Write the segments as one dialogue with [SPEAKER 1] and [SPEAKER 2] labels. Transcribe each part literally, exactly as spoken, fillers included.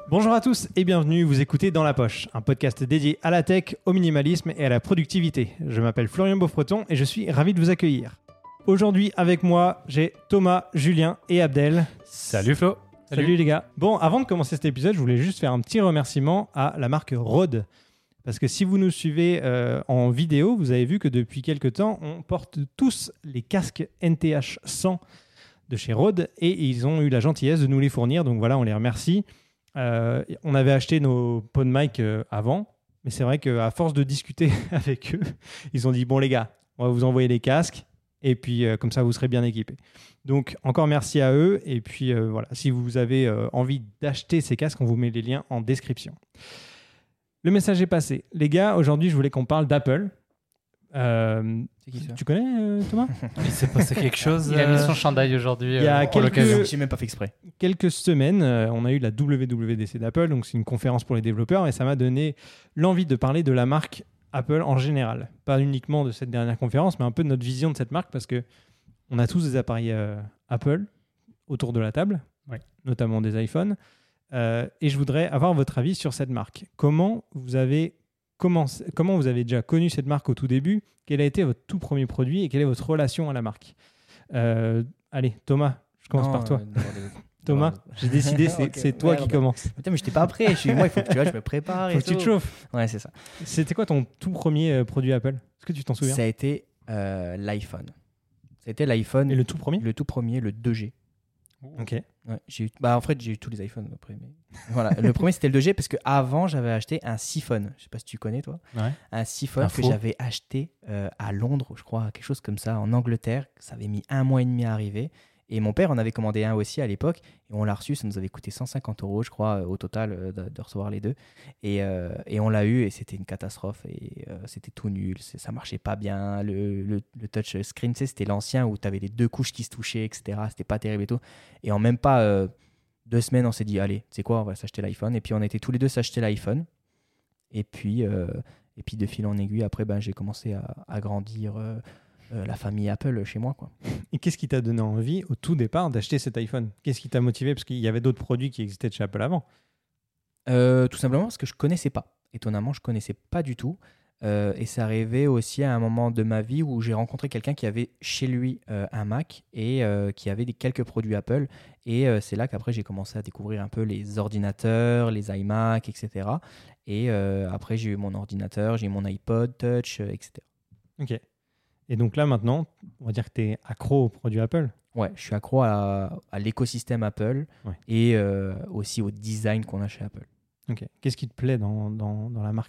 [SPEAKER 1] Bonjour à tous et bienvenue, vous écoutez Dans la Poche, un podcast dédié à la tech, au minimalisme et à la productivité. Je m'appelle Florian Beaufreton et je suis ravi de vous accueillir. Aujourd'hui avec moi, j'ai Thomas, Julien et Abdel.
[SPEAKER 2] Salut Flo.
[SPEAKER 1] Salut. Salut les gars. Bon, avant de commencer cet épisode, je voulais juste faire un petit remerciement à la marque Rode. Parce que si vous nous suivez euh, en vidéo, vous avez vu que depuis quelques temps, on porte tous les casques N T H cent de chez Rode et ils ont eu la gentillesse de nous les fournir. Donc voilà, on les remercie. Euh, on avait acheté nos PodMic euh, avant, mais c'est vrai qu'à force de discuter avec eux, ils ont dit « Bon les gars, on va vous envoyer les casques et puis euh, comme ça vous serez bien équipés ». Donc encore merci à eux et puis euh, voilà, si vous avez euh, envie d'acheter ces casques, on vous met les liens en description. Le message est passé. Les gars, aujourd'hui je voulais qu'on parle d'Apple. Euh,
[SPEAKER 3] c'est qui ça ?
[SPEAKER 1] Tu connais euh, Thomas ?
[SPEAKER 2] Il s'est passé quelque chose.
[SPEAKER 4] Il a mis son chandail aujourd'hui.
[SPEAKER 1] Il y a
[SPEAKER 4] euh,
[SPEAKER 1] quelques...
[SPEAKER 4] l'occasion.
[SPEAKER 3] J'ai même pas fait exprès.
[SPEAKER 1] Quelques semaines, euh, on a eu la W W D C d'Apple, donc c'est une conférence pour les développeurs, et ça m'a donné l'envie de parler de la marque Apple en général. Pas uniquement de cette dernière conférence, mais un peu de notre vision de cette marque, parce que on a tous des appareils euh, Apple autour de la table,
[SPEAKER 2] oui.
[SPEAKER 1] notamment des iPhones, euh, et je voudrais avoir votre avis sur cette marque. Comment vous avez Comment, comment vous avez déjà connu cette marque au tout début ? Quel a été votre tout premier produit et quelle est votre relation à la marque ? euh, Allez, Thomas, je commence
[SPEAKER 3] non,
[SPEAKER 1] par toi.
[SPEAKER 3] Euh,
[SPEAKER 1] Thomas, j'ai décidé, c'est,
[SPEAKER 3] okay,
[SPEAKER 1] c'est toi
[SPEAKER 3] merde.
[SPEAKER 1] qui commence.
[SPEAKER 3] Putain, mais j'étais pas prêt. Je suis, moi, il faut que tu vois, je me prépare.
[SPEAKER 1] Faut
[SPEAKER 3] et
[SPEAKER 1] que tu
[SPEAKER 3] tout.
[SPEAKER 1] te chauffes.
[SPEAKER 3] Ouais, c'est ça.
[SPEAKER 1] C'était quoi ton tout premier euh, produit Apple ? Est-ce que tu t'en souviens ?
[SPEAKER 3] Ça a été euh, l'iPhone. Ça a été l'iPhone.
[SPEAKER 1] Et le tout premier ?
[SPEAKER 3] Le tout premier, le deux G.
[SPEAKER 1] Ok.
[SPEAKER 3] Ouais, j'ai eu, bah en fait j'ai eu tous les iPhones après, mais voilà. Le premier c'était le deux G parce que avant j'avais acheté un siphone. Je sais pas si tu connais toi.
[SPEAKER 2] Ouais.
[SPEAKER 3] Un siphone
[SPEAKER 2] un
[SPEAKER 3] que
[SPEAKER 2] faux.
[SPEAKER 3] j'avais acheté euh, à Londres, je crois, quelque chose comme ça, en Angleterre. Ça avait mis un mois et demi à arriver. Et mon père en avait commandé un aussi à l'époque et on l'a reçu. Ça nous avait coûté cent cinquante euros, je crois, au total euh, de, de recevoir les deux. Et, euh, et on l'a eu et c'était une catastrophe et euh, c'était tout nul. C'est, ça marchait pas bien. Le, le, le touch screen, tu sais, c'était l'ancien où tu avais les deux couches qui se touchaient, et cetera. C'était pas terrible et tout. Et en même pas euh, deux semaines, on s'est dit, allez, tu sais quoi, on va s'acheter l'iPhone. Et puis on était tous les deux s'acheter l'iPhone. Et puis, euh, et puis de fil en aiguille, après, ben, j'ai commencé à, à grandir. Euh, Euh, la famille Apple chez moi, quoi.
[SPEAKER 1] Et qu'est-ce qui t'a donné envie au tout départ d'acheter cet iPhone ? Qu'est-ce qui t'a motivé ? Parce qu'il y avait d'autres produits qui existaient de chez Apple avant.
[SPEAKER 3] Euh, tout simplement parce que je connaissais pas. Étonnamment, je connaissais pas du tout. Euh, et c'est arrivé aussi à un moment de ma vie où j'ai rencontré quelqu'un qui avait chez lui euh, un Mac et euh, qui avait des, quelques produits Apple. Et euh, c'est là qu'après j'ai commencé à découvrir un peu les ordinateurs, les iMac, et cetera. Et euh, après j'ai eu mon ordinateur, j'ai eu mon iPod Touch, euh, et cetera.
[SPEAKER 1] Ok. Et donc là, maintenant, on va dire que tu es accro aux produits Apple.
[SPEAKER 3] Ouais, je suis accro à, à l'écosystème Apple
[SPEAKER 1] ouais.
[SPEAKER 3] et euh, aussi au design qu'on a chez Apple.
[SPEAKER 1] Ok. Qu'est-ce qui te plaît dans, dans, dans la marque ?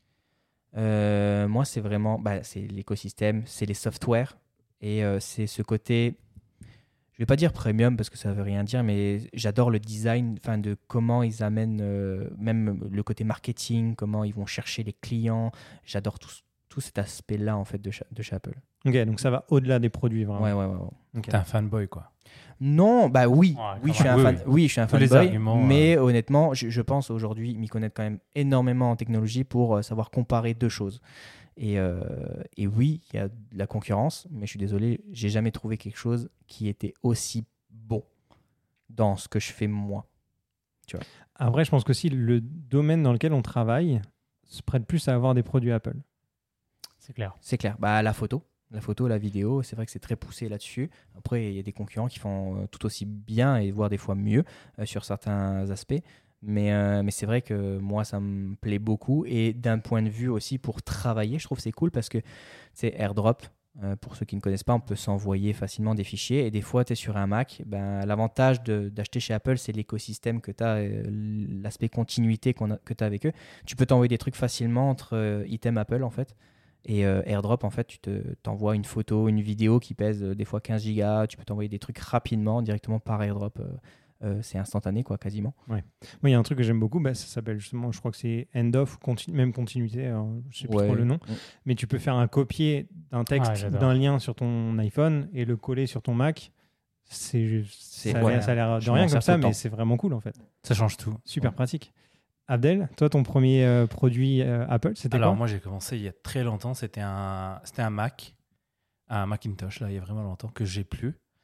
[SPEAKER 3] euh, Moi, c'est vraiment bah, c'est l'écosystème, c'est les softwares et euh, c'est ce côté, je vais pas dire premium parce que ça veut rien dire, mais j'adore le design, enfin de comment ils amènent, euh, même le côté marketing, comment ils vont chercher les clients. J'adore tout tout cet aspect-là en fait de, de chez Apple.
[SPEAKER 1] Ok, donc ça va au-delà des produits vraiment.
[SPEAKER 3] Ouais, ouais, ouais. ouais.
[SPEAKER 1] Okay.
[SPEAKER 2] T'es un fanboy quoi.
[SPEAKER 3] Non, bah oui,
[SPEAKER 2] ouais,
[SPEAKER 3] oui, je suis un
[SPEAKER 2] oui,
[SPEAKER 3] fan,
[SPEAKER 2] oui.
[SPEAKER 3] oui, je suis un
[SPEAKER 2] Tous les
[SPEAKER 3] fanboy,
[SPEAKER 2] arguments,
[SPEAKER 3] mais
[SPEAKER 2] euh...
[SPEAKER 3] honnêtement, je, je pense aujourd'hui m'y connaître quand même énormément en technologie pour euh, savoir comparer deux choses. Et, euh, et oui, il y a de la concurrence, mais je suis désolé, j'ai jamais trouvé quelque chose qui était aussi bon dans ce que je fais moi. Tu vois.
[SPEAKER 1] Après, je pense qu'aussi le domaine dans lequel on travaille se prête plus à avoir des produits Apple.
[SPEAKER 4] C'est clair.
[SPEAKER 3] C'est clair. Bah, la photo, la photo, la vidéo, c'est vrai que c'est très poussé là-dessus. Après, il y a des concurrents qui font euh, tout aussi bien et voire des fois mieux euh, sur certains aspects. Mais, euh, mais c'est vrai que moi, ça me plaît beaucoup. Et d'un point de vue aussi pour travailler, je trouve que c'est cool parce que c'est AirDrop. Euh, pour ceux qui ne connaissent pas, on peut s'envoyer facilement des fichiers. Et des fois, tu es sur un Mac. Ben, l'avantage de, d'acheter chez Apple, c'est l'écosystème que tu as, euh, l'aspect continuité qu'on a, que tu as avec eux. Tu peux t'envoyer des trucs facilement entre euh, items Apple, en fait. Et euh, AirDrop, en fait, tu te, t'envoies une photo, une vidéo qui pèse euh, des fois quinze gigas. Tu peux t'envoyer des trucs rapidement, directement par AirDrop. Euh, euh, c'est instantané, quoi, quasiment.
[SPEAKER 1] Ouais. Moi, il y a un truc que j'aime beaucoup, bah, ça s'appelle justement, je crois que c'est End-of, continu, même continuité, alors, je ne sais plus
[SPEAKER 3] Ouais.
[SPEAKER 1] trop le nom.
[SPEAKER 3] Ouais.
[SPEAKER 1] Mais tu peux faire un copier d'un texte
[SPEAKER 4] Ah,
[SPEAKER 1] ou d'un lien sur ton iPhone et le coller sur ton Mac. C'est,
[SPEAKER 3] C'est,
[SPEAKER 1] ça, a
[SPEAKER 3] ouais,
[SPEAKER 1] l'air, ça a l'air de
[SPEAKER 3] je
[SPEAKER 1] rien
[SPEAKER 3] m'en
[SPEAKER 1] comme
[SPEAKER 3] sers
[SPEAKER 1] ça,
[SPEAKER 3] tout le
[SPEAKER 1] mais
[SPEAKER 3] temps.
[SPEAKER 1] c'est vraiment cool en fait.
[SPEAKER 2] Ça change tout.
[SPEAKER 1] Super
[SPEAKER 3] Ouais.
[SPEAKER 1] pratique. Abdel, toi, ton premier euh, produit euh, Apple, c'était
[SPEAKER 2] Alors
[SPEAKER 1] quoi ?
[SPEAKER 2] moi j'ai commencé il y a très longtemps, c'était un, c'était un Mac, un Macintosh là, il y a vraiment longtemps que j'ai plus.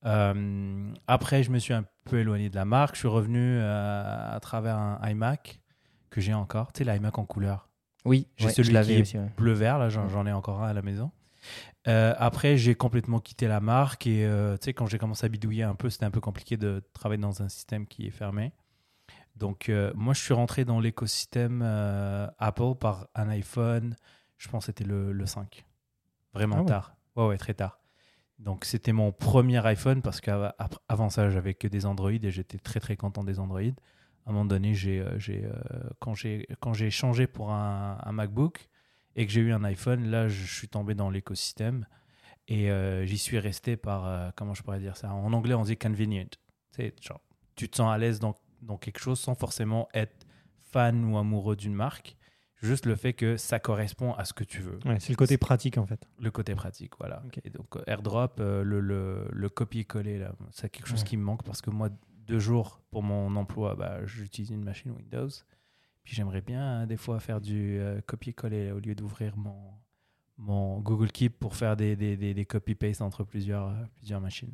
[SPEAKER 2] Euh, après, je me suis un peu éloigné de la marque. Je suis revenu euh, à travers un iMac que j'ai encore. Tu sais, l'iMac en couleur.
[SPEAKER 3] Oui,
[SPEAKER 2] J'ai
[SPEAKER 3] ouais,
[SPEAKER 2] celui
[SPEAKER 3] je l'avais
[SPEAKER 2] qui est
[SPEAKER 3] aussi. Ouais.
[SPEAKER 2] bleu-vert. Là, j'en, j'en ai encore un à la maison. Euh, après, j'ai complètement quitté la marque. Et euh, tu sais, quand j'ai commencé à bidouiller un peu, c'était un peu compliqué de travailler dans un système qui est fermé. Donc, euh, moi, je suis rentré dans l'écosystème euh, Apple par un iPhone. Je pense que c'était le, le cinq. Vraiment
[SPEAKER 1] Ah ouais.
[SPEAKER 2] tard. Ouais, ouais, très tard. Donc, c'était mon premier iPhone parce qu'avant ça, j'avais que des Android et j'étais très, très content des Android. À un moment donné, j'ai, euh, j'ai, euh, quand, j'ai, quand j'ai changé pour un, un MacBook et que j'ai eu un iPhone, là, je suis tombé dans l'écosystème et euh, j'y suis resté par, euh, comment je pourrais dire ça? En anglais, on dit convenient. C'est genre, tu te sens à l'aise dans, dans quelque chose sans forcément être fan ou amoureux d'une marque. Juste le fait que ça correspond à ce que tu veux.
[SPEAKER 1] Ouais, c'est le côté pratique en fait.
[SPEAKER 2] Le côté pratique, voilà.
[SPEAKER 1] Ok.
[SPEAKER 2] Et donc, euh, AirDrop, euh, le, le, le copier-coller, là, c'est quelque chose
[SPEAKER 1] Ouais.
[SPEAKER 2] qui me manque parce que moi, deux jours pour mon emploi, bah, j'utilise une machine Windows. Puis j'aimerais bien, hein, des fois, faire du euh, copier-coller au lieu d'ouvrir mon, mon Google Keep pour faire des, des, des, des copy-paste entre plusieurs, euh, plusieurs machines.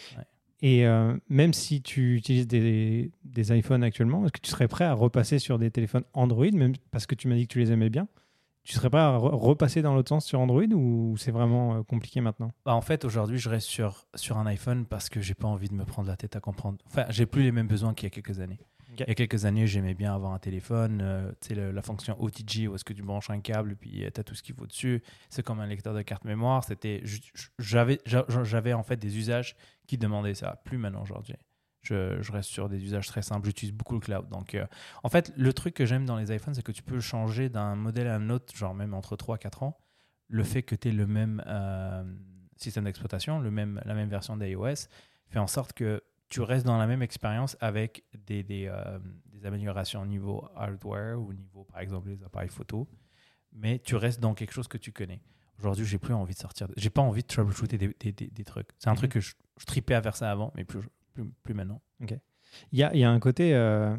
[SPEAKER 1] Et euh, même si tu utilises des, des iPhones actuellement, est-ce que tu serais prêt à repasser sur des téléphones Android, même parce que tu m'as dit que tu les aimais bien? Tu serais prêt à re- repasser dans l'autre sens sur Android ou c'est vraiment euh, compliqué maintenant?
[SPEAKER 2] Bah, en fait, aujourd'hui, je reste sur, sur un iPhone parce que j'ai pas envie de me prendre la tête à comprendre. Enfin, j'ai plus les mêmes besoins qu'il y a quelques années.
[SPEAKER 1] Ok.
[SPEAKER 2] Il y a quelques années, j'aimais bien avoir un téléphone, euh, tu sais, le- la fonction O T G, où est-ce que tu branches un câble et puis tu as tout ce qu'il faut dessus. C'est comme un lecteur de carte mémoire. C'était, ju- j'avais, j'a- j'avais en fait des usages qui demandaient ça. Plus maintenant aujourd'hui. Je, je reste sur des usages très simples. J'utilise beaucoup le cloud. Donc, euh, en fait, le truc que j'aime dans les iPhones, c'est que tu peux changer d'un modèle à un autre, genre même entre trois à quatre ans. Le fait que tu aies le même euh, système d'exploitation, le même, la même version d'iOS, fait en sorte que tu restes dans la même expérience avec des, des, euh, des améliorations au niveau hardware ou au niveau, par exemple, des appareils photo. Mais tu restes dans quelque chose que tu connais. Aujourd'hui, j'ai plus envie de sortir. J'ai pas envie de troubleshooter des, des, des, des trucs. C'est un
[SPEAKER 1] Mhm.
[SPEAKER 2] truc que je, je tripais à faire ça avant, mais plus, plus, plus maintenant.
[SPEAKER 1] Il y a, il y a un côté euh,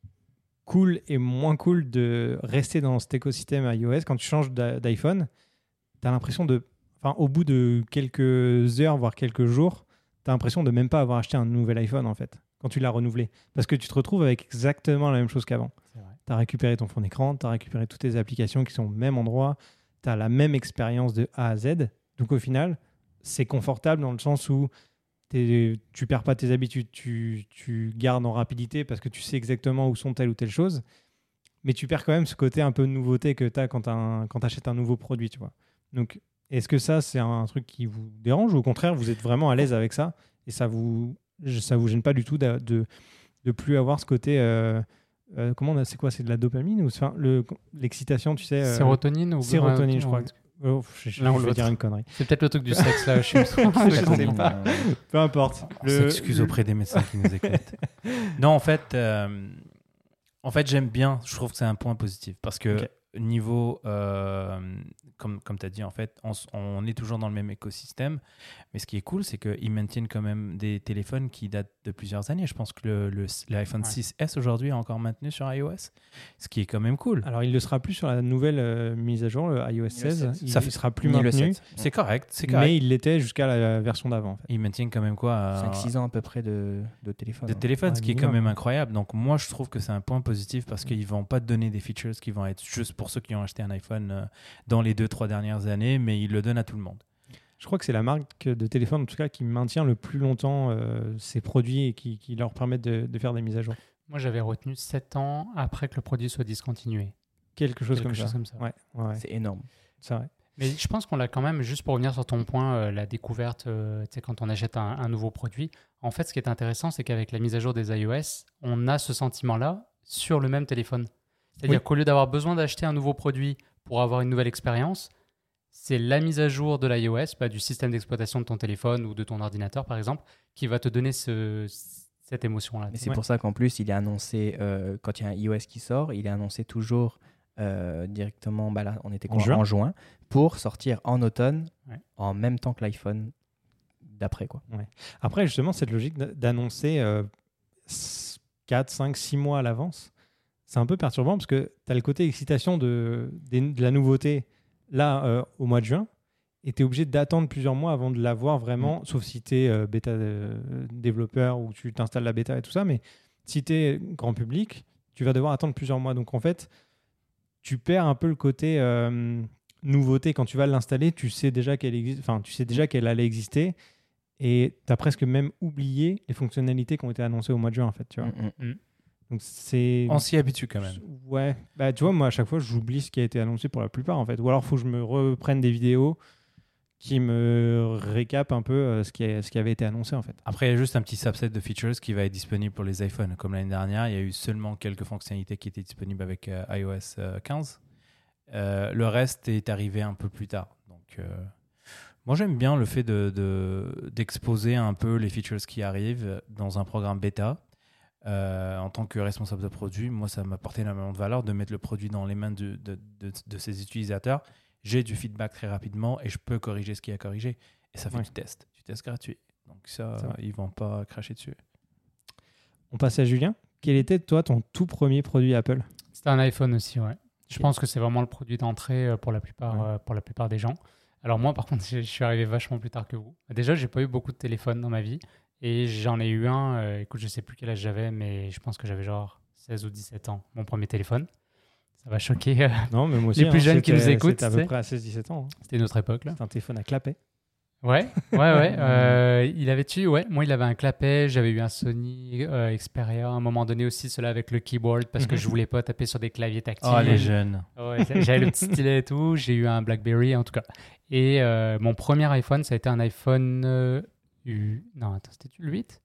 [SPEAKER 1] cool et moins cool de rester dans cet écosystème iOS. Quand tu changes d'i- d'iPhone, tu as l'impression de, enfin, au bout de quelques heures, voire quelques jours, tu as l'impression de même pas avoir acheté un nouvel iPhone en fait, quand tu l'as renouvelé. Parce que tu te retrouves avec exactement la même chose qu'avant.
[SPEAKER 4] C'est vrai.
[SPEAKER 1] Tu as récupéré ton fond d'écran, tu as récupéré toutes tes applications qui sont au même endroit, tu as la même expérience de A à Z. Donc au final, c'est confortable dans le sens où t'es- tu perds pas tes habitudes, tu, tu gardes en rapidité parce que tu sais exactement où sont telle ou telle chose, mais tu perds quand même ce côté un peu de nouveauté que tu as quand tu achètes un nouveau produit. Tu vois. Donc est-ce que ça, c'est un truc qui vous dérange ou au contraire, vous êtes vraiment à l'aise avec ça et ça vous, ça vous gêne pas du tout de, de, de plus avoir ce côté... euh, Euh, comment on a, c'est quoi, c'est de la dopamine ou enfin, le, l'excitation, tu sais euh,
[SPEAKER 4] Sérotonine ou
[SPEAKER 1] sérotonine, je crois.
[SPEAKER 4] ou-
[SPEAKER 1] Oh, je, je,
[SPEAKER 4] L'un ou
[SPEAKER 1] je vais
[SPEAKER 4] l'autre.
[SPEAKER 1] dire une connerie.
[SPEAKER 4] C'est peut-être le truc du sexe là. Je suis...
[SPEAKER 1] Je sais
[SPEAKER 3] Sérotonine,
[SPEAKER 1] pas.
[SPEAKER 3] euh,
[SPEAKER 1] Peu importe.
[SPEAKER 2] On s'excuse auprès des médecins qui nous écoutent. Non, en fait, euh, en fait, j'aime bien. Je trouve que c'est un point positif parce que
[SPEAKER 1] Ok.
[SPEAKER 2] niveau, euh, comme, comme tu as dit, en fait, on, s- on est toujours dans le même écosystème. Mais ce qui est cool, c'est qu'ils maintiennent quand même des téléphones qui datent de plusieurs années. Je pense que le, le, l'iPhone
[SPEAKER 4] Ouais.
[SPEAKER 2] six S aujourd'hui est encore maintenu sur iOS, ce qui est quand même cool.
[SPEAKER 1] Alors, il ne sera plus sur la nouvelle euh, mise à jour, le iOS seize.
[SPEAKER 3] sept.
[SPEAKER 1] Il
[SPEAKER 2] Ça
[SPEAKER 1] ne
[SPEAKER 2] fait-
[SPEAKER 1] sera plus
[SPEAKER 3] ni le
[SPEAKER 1] maintenu,
[SPEAKER 3] sept.
[SPEAKER 2] C'est correct, c'est correct.
[SPEAKER 1] mais il l'était jusqu'à la version d'avant. En fait.
[SPEAKER 2] Ils maintiennent quand même quoi euh,
[SPEAKER 3] cinq six ans à peu près de, de téléphone.
[SPEAKER 2] de
[SPEAKER 3] hein.
[SPEAKER 2] téléphone,
[SPEAKER 1] Ouais,
[SPEAKER 2] ce qui est
[SPEAKER 1] minimum,
[SPEAKER 2] quand même
[SPEAKER 1] hein.
[SPEAKER 2] incroyable. Donc moi, je trouve que c'est un point positif parce qu'ils vont pas te donner des features qui vont être juste pour ceux qui ont acheté un iPhone euh, dans les deux, trois dernières années, mais ils le donnent à tout le monde.
[SPEAKER 1] Je crois que c'est la marque de téléphone, en tout cas, qui maintient le plus longtemps euh, ses produits et qui, qui leur permettent de, de faire des mises à jour.
[SPEAKER 4] Moi, j'avais retenu sept ans après que le produit soit discontinué.
[SPEAKER 1] Quelque chose,
[SPEAKER 4] Quelque
[SPEAKER 1] comme,
[SPEAKER 4] chose
[SPEAKER 1] ça.
[SPEAKER 4] comme ça.
[SPEAKER 1] Ouais, ouais, ouais,
[SPEAKER 3] C'est énorme.
[SPEAKER 1] c'est vrai.
[SPEAKER 4] Mais je pense qu'on l'a quand même, juste pour revenir sur ton point, euh, la découverte, euh, tu sais, quand on achète un, un nouveau produit. En fait, ce qui est intéressant, c'est qu'avec la mise à jour des iOS, on a ce sentiment-là sur le même téléphone. C'est-à-dire
[SPEAKER 1] Oui.
[SPEAKER 4] qu'au lieu d'avoir besoin d'acheter un nouveau produit pour avoir une nouvelle expérience, c'est la mise à jour de l'iOS, bah, du système d'exploitation de ton téléphone ou de ton ordinateur, par exemple, qui va te donner ce, cette émotion-là.
[SPEAKER 3] Mais c'est
[SPEAKER 1] Ouais.
[SPEAKER 3] pour ça qu'en plus, il est annoncé, euh, quand il y a un iOS qui sort, il est annoncé toujours euh, directement, bah là, on était
[SPEAKER 1] En
[SPEAKER 3] quoi,
[SPEAKER 1] juin.
[SPEAKER 3] en juin, pour sortir en automne,
[SPEAKER 4] Ouais.
[SPEAKER 3] en même temps que l'iPhone d'après. Quoi.
[SPEAKER 1] Après, justement, cette logique d'a- d'annoncer euh, quatre, cinq, six mois à l'avance, c'est un peu perturbant parce que tu as le côté excitation de, des- de la nouveauté là euh, au mois de juin et tu es obligé d'attendre plusieurs mois avant de l'avoir vraiment, sauf si tu es bêta euh, développeur ou tu t'installes la bêta et tout ça, mais si tu es grand public, tu vas devoir attendre plusieurs mois. Donc en fait, tu perds un peu le côté euh, nouveauté. Quand tu vas l'installer, tu sais déjà qu'elle existe, enfin, tu sais déjà qu'elle allait exister et tu as presque même oublié les fonctionnalités qui ont été annoncées au mois de juin, en fait, tu vois.
[SPEAKER 3] Mm, mm.
[SPEAKER 1] Donc c'est...
[SPEAKER 2] On s'y habitue quand même.
[SPEAKER 1] Ouais. Bah, tu vois, moi, à chaque fois, j'oublie ce qui a été annoncé pour la plupart, en fait. Ou alors, il faut que je me reprenne des vidéos qui me récapent un peu euh, ce, qui a- ce qui avait été annoncé, en fait.
[SPEAKER 2] Après, il y a juste un petit subset de features qui va être disponible pour les iPhones. Comme l'année dernière, il y a eu seulement quelques fonctionnalités qui étaient disponibles avec euh, i O S euh, quinze. Euh, le reste est arrivé un peu plus tard. Donc, euh, moi, j'aime bien le fait de, de- d'exposer un peu les features qui arrivent dans un programme bêta. Euh, en tant que responsable de produit, moi, ça m'a apporté énormément de valeur de mettre le produit dans les mains de, de, de, de ses utilisateurs. J'ai du feedback très rapidement et je peux corriger ce qu'il y a à corriger. Et ça fait
[SPEAKER 1] Ouais.
[SPEAKER 2] du test, du test gratuit. Donc ça,
[SPEAKER 1] C'est vrai.
[SPEAKER 2] ils vont pas cracher dessus.
[SPEAKER 1] On passe à Julien. Quel était, toi, ton tout premier produit Apple?
[SPEAKER 4] C'était un iPhone aussi, ouais. Je
[SPEAKER 1] Ok.
[SPEAKER 4] pense que c'est vraiment le produit d'entrée euh, pour la plupart,
[SPEAKER 1] Ouais.
[SPEAKER 4] euh, pour la plupart des gens. Alors moi, par contre, je je suis arrivé vachement plus tard que vous. Déjà, j'ai pas eu beaucoup de téléphones dans ma vie. Et j'en ai eu un, euh, écoute, je sais plus quel âge j'avais, mais je pense que j'avais genre seize ou dix-sept ans, mon premier téléphone. Ça va choquer. euh,
[SPEAKER 1] Non, mais moi aussi.
[SPEAKER 4] Les plus
[SPEAKER 1] hein,
[SPEAKER 4] jeunes qui
[SPEAKER 1] c'était-
[SPEAKER 4] nous écoutent,
[SPEAKER 1] C'était à
[SPEAKER 4] tu
[SPEAKER 1] peu
[SPEAKER 4] sais.
[SPEAKER 1] près à seize dix-sept ans. hein.
[SPEAKER 4] C'était notre époque, là.
[SPEAKER 1] C'était un téléphone à clapet.
[SPEAKER 4] Ouais, ouais, ouais. euh, il avait tu, ouais. Moi, il avait un clapet. J'avais eu un Sony euh, Xperia à un moment donné aussi, celui avec le keyboard, parce que je voulais pas taper sur des claviers tactiles.
[SPEAKER 2] Oh, les jeunes.
[SPEAKER 4] Ouais, j'avais le petit stylet et tout. J'ai eu un BlackBerry, en tout cas. Et euh, mon premier iPhone, ça a été un iPhone euh, U. Non, attends, c'était le huit?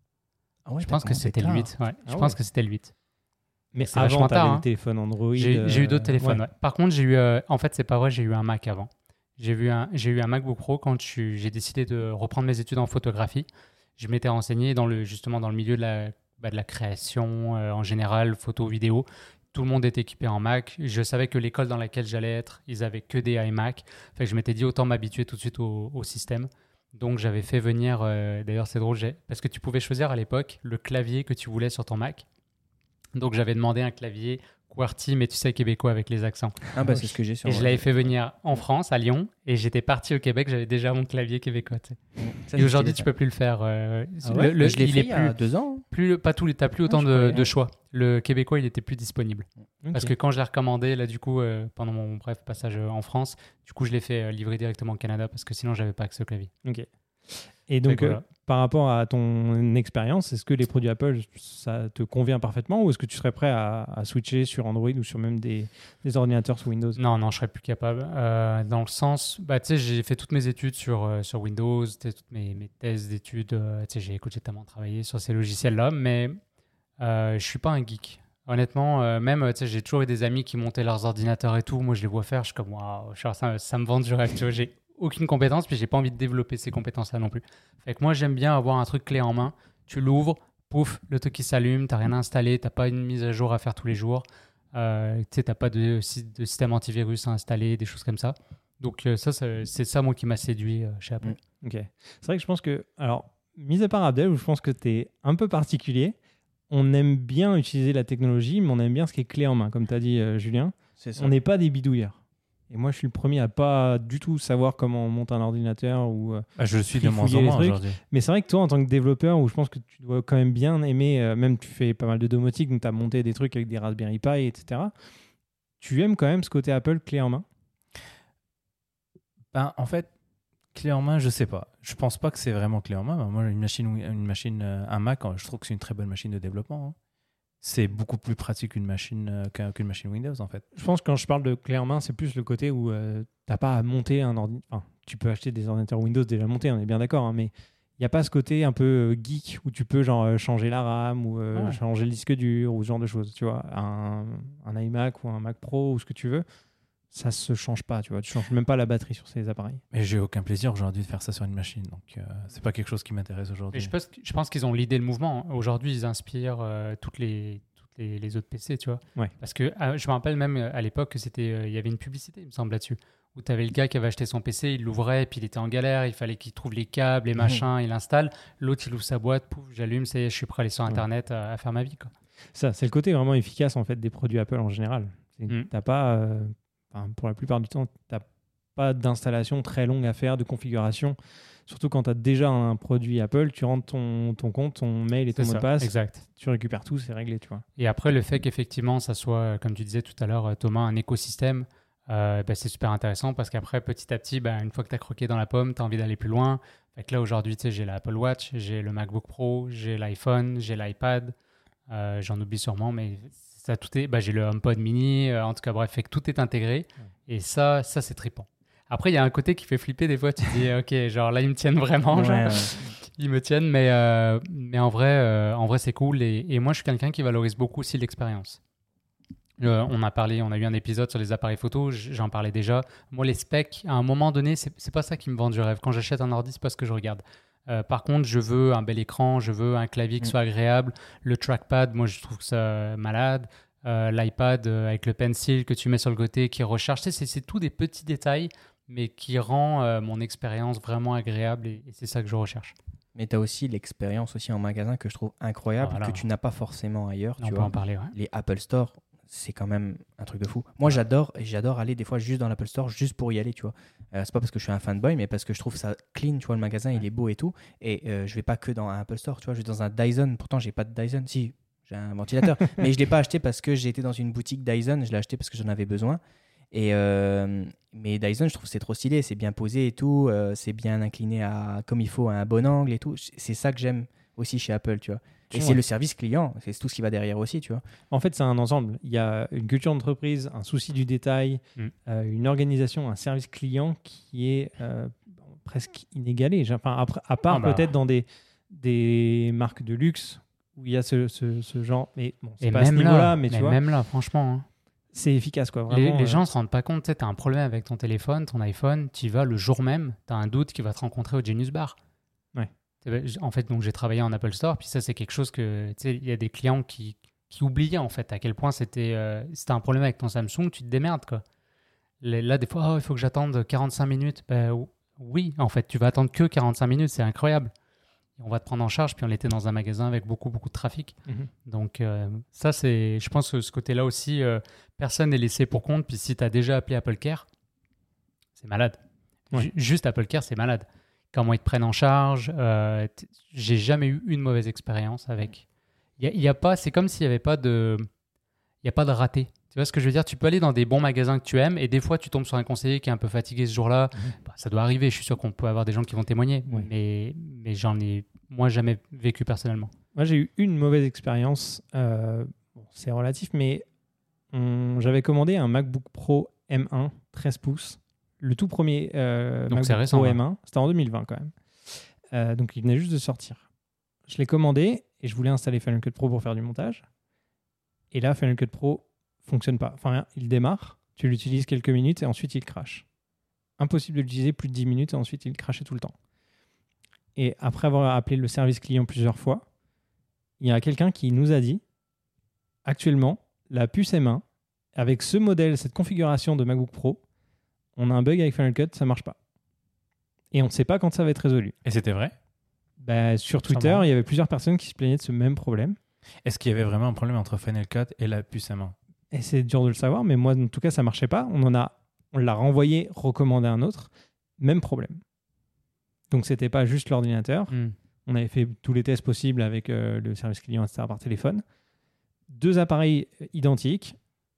[SPEAKER 3] Ah ouais,
[SPEAKER 4] Je
[SPEAKER 3] t'as
[SPEAKER 4] pense que
[SPEAKER 3] commencé
[SPEAKER 4] c'était le
[SPEAKER 3] tard.
[SPEAKER 4] huit. Ouais, je
[SPEAKER 1] Ah
[SPEAKER 4] pense
[SPEAKER 1] ouais.
[SPEAKER 4] que c'était le huit.
[SPEAKER 1] Mais
[SPEAKER 4] C'est
[SPEAKER 1] avant,
[SPEAKER 4] vachement
[SPEAKER 1] t'avais
[SPEAKER 4] tard,
[SPEAKER 1] le
[SPEAKER 4] hein.
[SPEAKER 1] téléphone Android.
[SPEAKER 4] J'ai j'ai eu d'autres
[SPEAKER 1] euh,
[SPEAKER 4] téléphones,
[SPEAKER 1] ouais.
[SPEAKER 4] ouais. Par contre, j'ai eu. euh, en fait, c'est pas vrai, j'ai eu un Mac avant. J'ai vu un, j'ai eu un MacBook Pro quand je suis- j'ai décidé de reprendre mes études en photographie. Je m'étais renseigné dans le, justement dans le milieu de la, bah, de la création euh, en général, photo, vidéo. Tout le monde était équipé en Mac. Je savais que l'école dans laquelle j'allais être, ils avaient que des iMac. Fait que je m'étais dit autant m'habituer tout de suite au, au système. Donc j'avais fait venir, euh, d'ailleurs c'est drôle, j'ai- parce que tu pouvais choisir à l'époque le clavier que tu voulais sur ton Mac. Donc j'avais demandé un clavier QWERTY, mais tu sais, québécois avec les accents.
[SPEAKER 3] Ah bah c'est ce que j'ai sur
[SPEAKER 4] Et je l'avais fait venir en France, à Lyon, et j'étais parti au Québec, j'avais déjà mon clavier québécois. tu sais.
[SPEAKER 3] Ça,
[SPEAKER 4] Et
[SPEAKER 3] c'est
[SPEAKER 4] aujourd'hui,
[SPEAKER 3] stylé,
[SPEAKER 4] tu peux plus le faire. euh,
[SPEAKER 1] Ah
[SPEAKER 4] le-
[SPEAKER 1] ouais
[SPEAKER 4] le-
[SPEAKER 3] je l'ai
[SPEAKER 4] il
[SPEAKER 3] fait
[SPEAKER 4] est
[SPEAKER 3] il y
[SPEAKER 4] plus,
[SPEAKER 3] a deux ans.
[SPEAKER 4] plus, pas tout, t'as plus autant
[SPEAKER 3] je
[SPEAKER 4] de,
[SPEAKER 3] croyais,
[SPEAKER 4] de
[SPEAKER 3] ouais.
[SPEAKER 4] choix. Le québécois, il était plus disponible.
[SPEAKER 1] Ok.
[SPEAKER 4] Parce que quand je l'ai recommandé, là, du coup, euh, pendant mon bref passage euh, en France, du coup, je l'ai fait euh, livrer directement au Canada parce que sinon, j'avais pas accès au clavier.
[SPEAKER 1] Ok. Et donc,
[SPEAKER 4] que voilà.
[SPEAKER 1] euh, par rapport à ton expérience, est-ce que les produits Apple, ça te convient parfaitement ou est-ce que tu serais prêt à, à switcher sur Android ou sur même des, des ordinateurs sous Windows?
[SPEAKER 4] Non, non, je serais plus capable. Euh, dans le sens, bah, tu sais, j'ai fait toutes mes études sur, euh, sur Windows, tu sais, toutes mes, mes thèses d'études, euh, tu sais, j'ai écoute, j'ai tellement travaillé sur ces logiciels-là, mais euh, je suis pas un geek. Honnêtement, euh, même, tu sais, j'ai toujours eu des amis qui montaient leurs ordinateurs et tout. Moi, je les vois faire, je suis comme, waouh, genre, ça, ça me vend du rêve, tu vois. J'ai aucune compétence, puis j'ai pas envie de développer ces compétences-là non plus. Fait que moi, j'aime bien avoir un truc clé en main. Tu l'ouvres, pouf, le truc qui s'allume, t'as rien à installer, t'as pas une mise à jour à faire tous les jours. Euh, tu sais, t'as pas de, sy- de système antivirus à installer, des choses comme ça. Donc euh, ça, ça- c'est ça, moi, qui m'a séduit euh, chez Apple.
[SPEAKER 1] Ok. C'est vrai que je pense que, alors, mis à part Abdel, où je pense que tu es un peu particulier, on aime bien utiliser la technologie, mais on aime bien ce qui est clé en main, comme tu as dit, euh, Julien.
[SPEAKER 3] C'est ça.
[SPEAKER 1] On n'est pas des bidouilleurs. Et moi, je suis le premier à pas du tout savoir comment on monte un ordinateur. Ou, euh,
[SPEAKER 2] Bah, je le suis de moins
[SPEAKER 1] Trifouiller
[SPEAKER 2] en
[SPEAKER 1] les
[SPEAKER 2] moins
[SPEAKER 1] trucs.
[SPEAKER 2] aujourd'hui.
[SPEAKER 1] Mais c'est vrai que toi, en tant que développeur, où je pense que tu dois quand même bien aimer, euh, même tu fais pas mal de domotique, donc tu as monté des trucs avec des Raspberry Pi, et cetera. Tu aimes quand même ce côté Apple clé en main?
[SPEAKER 2] Ben, en fait, clé en main, je sais pas. Je pense pas que c'est vraiment clé en main. Ben, moi, une machine, une machine, euh, un Mac, je trouve que c'est une très bonne machine de développement. hein. C'est beaucoup plus pratique qu'une machine, euh, qu'un- qu'une machine Windows, en fait.
[SPEAKER 1] Je pense que quand je parle de clé en main, c'est plus le côté où euh, t'as pas à monter un ordinateur. Enfin, tu peux acheter des ordinateurs Windows déjà montés, on est bien d'accord, hein, mais il n'y a pas ce côté un peu euh, geek où tu peux genre euh, changer la RAM ou euh,
[SPEAKER 2] Ouais.
[SPEAKER 1] changer le disque dur ou ce genre de choses. Tu vois, un, un iMac ou un Mac Pro ou ce que tu veux, ça se change pas. Tu vois, tu changes même pas la batterie sur ces appareils.
[SPEAKER 2] Mais j'ai aucun plaisir aujourd'hui de faire ça sur une machine. Donc, euh, c'est pas quelque chose qui m'intéresse
[SPEAKER 4] Et
[SPEAKER 2] aujourd'hui.
[SPEAKER 4] je pense, je pense qu'ils ont l'idée le mouvement. Aujourd'hui, ils inspirent euh, toutes les toutes les, les autres P C, tu vois.
[SPEAKER 1] Ouais.
[SPEAKER 4] Parce que euh, je me rappelle même euh, à l'époque que c'était, euh, il y avait une publicité, il me semble là-dessus, où tu avais le gars qui avait acheté son P C, il l'ouvrait, puis il était en galère, il fallait qu'il trouve les câbles, les machins, il l'installe. L'autre, il ouvre sa boîte, pouf, j'allume, ça y est, je suis prêt à aller sur
[SPEAKER 1] Ouais.
[SPEAKER 4] Internet à, à faire ma vie, quoi.
[SPEAKER 1] Ça, c'est le côté vraiment efficace en fait des produits Apple en général. C'est-
[SPEAKER 4] Mm.
[SPEAKER 1] T'as pas, euh, enfin, pour la plupart du temps, t'as pas d'installation très longue à faire, de configuration. Surtout quand tu as déjà un produit Apple, tu rentres ton, ton compte, ton mail et ton
[SPEAKER 4] C'est
[SPEAKER 1] mot
[SPEAKER 4] ça,
[SPEAKER 1] de passe,
[SPEAKER 4] exact.
[SPEAKER 1] tu récupères tout, c'est réglé, tu vois.
[SPEAKER 4] Et après, le fait qu'effectivement, ça soit, comme tu disais tout à l'heure, Thomas, un écosystème, euh, bah, c'est super intéressant parce qu'après, petit à petit, bah, une fois que tu as croqué dans la pomme, tu as envie d'aller plus loin. Fait que là, aujourd'hui, tu sais, j'ai l'Apple Watch, j'ai le MacBook Pro, j'ai l'iPhone, j'ai l'iPad. Euh, j'en oublie sûrement, mais ça, tout est... bah, j'ai le HomePod mini. Euh, en tout cas, bref, fait que tout est intégré. Et ça, ça c'est trippant. Après, il y a un côté qui fait flipper des fois. Tu te dis, OK, genre là, ils me tiennent vraiment.
[SPEAKER 3] Ouais,
[SPEAKER 4] genre.
[SPEAKER 3] ouais.
[SPEAKER 4] Ils me tiennent, mais, euh, mais en vrai, euh, en vrai c'est cool. Et, et moi, je suis quelqu'un qui valorise beaucoup aussi l'expérience. Euh, on a parlé, on a eu un épisode sur les appareils photo, j'en parlais déjà. Moi, les specs, à un moment donné, c'est, c'est pas ça qui me vend du rêve. Quand j'achète un ordi, c'est pas ce que je regarde. Euh, par contre, je veux un bel écran, je veux un clavier qui
[SPEAKER 3] Mm.
[SPEAKER 4] soit agréable. Le trackpad, moi, je trouve que ça malade. Euh, L'iPad euh, avec le pencil que tu mets sur le côté qui recharge. Tu sais, c'est, c'est tout des petits détails, mais qui rend euh, mon expérience vraiment agréable et, et c'est ça que je recherche.
[SPEAKER 3] Mais tu as aussi l'expérience aussi en magasin que je trouve incroyable,
[SPEAKER 4] Voilà.
[SPEAKER 3] que tu n'as pas forcément ailleurs.
[SPEAKER 4] On
[SPEAKER 3] Tu
[SPEAKER 4] peut
[SPEAKER 3] vois.
[SPEAKER 4] en parler, ouais.
[SPEAKER 3] Les Apple Store, c'est quand même un truc de fou. Moi, j'adore, et j'adore aller des fois juste dans l'Apple Store, juste pour y aller, tu vois. Euh, c'est pas parce que je suis un fanboy, mais parce que je trouve ça clean, tu vois, le magasin, il est beau et tout. Et euh, je vais pas que dans un Apple Store, tu vois, je vais dans un Dyson. Pourtant, j'ai pas de Dyson. Si, j'ai un ventilateur, mais je l'ai pas acheté parce que j'ai été dans une boutique Dyson. Je l'ai acheté parce que j'en avais besoin. Et euh, mais Dyson, je trouve que c'est trop stylé, c'est bien posé et tout, euh, c'est bien incliné à comme il faut, à un bon angle et tout. C'est ça que j'aime aussi chez Apple, tu vois. Et
[SPEAKER 1] Ouais.
[SPEAKER 3] c'est le service client, c'est tout ce qui va derrière aussi, tu vois.
[SPEAKER 1] En fait, c'est un ensemble. Il y a une culture d'entreprise, un souci du détail,
[SPEAKER 4] Mm.
[SPEAKER 1] euh, une organisation, un service client qui est euh, presque inégalé. J'ai- Enfin, après, à part
[SPEAKER 4] Ah bah.
[SPEAKER 1] peut-être dans des, des marques de luxe où il y a ce, ce, ce genre. Mais bon, c'est
[SPEAKER 4] Et
[SPEAKER 1] pas à ce
[SPEAKER 4] même
[SPEAKER 1] niveau-là,
[SPEAKER 4] là,
[SPEAKER 1] mais tu
[SPEAKER 4] mais
[SPEAKER 1] vois,
[SPEAKER 4] même là, franchement, hein.
[SPEAKER 1] c'est efficace, quoi.
[SPEAKER 4] Les,
[SPEAKER 1] Vraiment,
[SPEAKER 4] les
[SPEAKER 1] euh,
[SPEAKER 4] gens ne se rendent pas compte, tu sais, tu as un problème avec ton téléphone, ton iPhone, tu y vas le jour même, tu as un doute qui va te rencontrer au Genius Bar.
[SPEAKER 1] Ouais.
[SPEAKER 4] C'est- En fait, donc j'ai travaillé en Apple Store, puis ça, c'est quelque chose que, tu sais, il y a des clients qui, qui oubliaient, en fait, à quel point c'était euh, c'était un problème avec ton Samsung, tu te démerdes, quoi. Les- Là, des fois, oh, il faut que j'attende quarante-cinq minutes. Ben, ou- oui, en fait, tu vas attendre que quarante-cinq minutes, c'est incroyable. Et on va te prendre en charge, puis on était dans un magasin avec beaucoup, beaucoup de trafic.
[SPEAKER 1] mhm.
[SPEAKER 4] Donc euh, ça, c'est, je pense que ce côté-là aussi, euh, personne n'est laissé pour compte. Puis si tu as déjà appelé Apple Care, c'est malade.
[SPEAKER 1] Ouais.
[SPEAKER 4] Ju- Juste Apple Care, c'est malade. Comment ils te prennent en charge. euh, t- j'ai jamais eu une mauvaise expérience avec. Il y a, il y a pas, c'est comme s'il n'y avait pas de, il y a pas de raté. Tu vois ce que je veux dire? Tu peux aller dans des bons magasins que tu aimes et des fois tu tombes sur un conseiller qui est un peu fatigué ce jour-là.
[SPEAKER 1] Mhm.
[SPEAKER 4] Bah, ça doit arriver. Je suis sûr qu'on peut avoir des gens qui vont témoigner,
[SPEAKER 1] Ouais.
[SPEAKER 4] mais mais j'en ai moi jamais vécu personnellement.
[SPEAKER 1] Moi, j'ai eu une mauvaise expérience. Euh, bon, c'est relatif, mais on- j'avais commandé un MacBook Pro M un treize pouces. Le tout premier euh,
[SPEAKER 4] Donc,
[SPEAKER 1] MacBook
[SPEAKER 4] c'est récent,
[SPEAKER 1] Pro
[SPEAKER 4] là.
[SPEAKER 1] M un. C'était en deux mille vingt quand même. Euh, donc, il venait juste de sortir. Je l'ai commandé et je voulais installer Final Cut Pro pour faire du montage. Et là, Final Cut Pro fonctionne pas. Enfin, il démarre, tu l'utilises quelques minutes et ensuite il crache. Impossible de l'utiliser plus de dix minutes et ensuite il crachait tout le temps. Et après avoir appelé le service client plusieurs fois, il y a quelqu'un qui nous a dit actuellement, la puce M un, avec ce modèle, cette configuration de MacBook Pro, on a un bug avec Final Cut, ça marche pas. Et on ne sait pas quand ça va être résolu.
[SPEAKER 2] Et c'était vrai?
[SPEAKER 1] Bah, sur Twitter,
[SPEAKER 4] marrant.
[SPEAKER 1] il y avait plusieurs personnes qui se plaignaient de ce même problème.
[SPEAKER 2] Est-ce qu'il y avait vraiment un problème entre Final Cut et la puce M un?
[SPEAKER 1] Et c'est dur de le savoir, mais moi, en tout cas, ça marchait pas. On en a, on l'a renvoyé, recommandé un autre. Même problème. Donc, c'était pas juste l'ordinateur.
[SPEAKER 4] Hmm.
[SPEAKER 1] On avait fait tous les tests possibles avec euh, le service client, et cetera, par téléphone. Deux appareils identiques,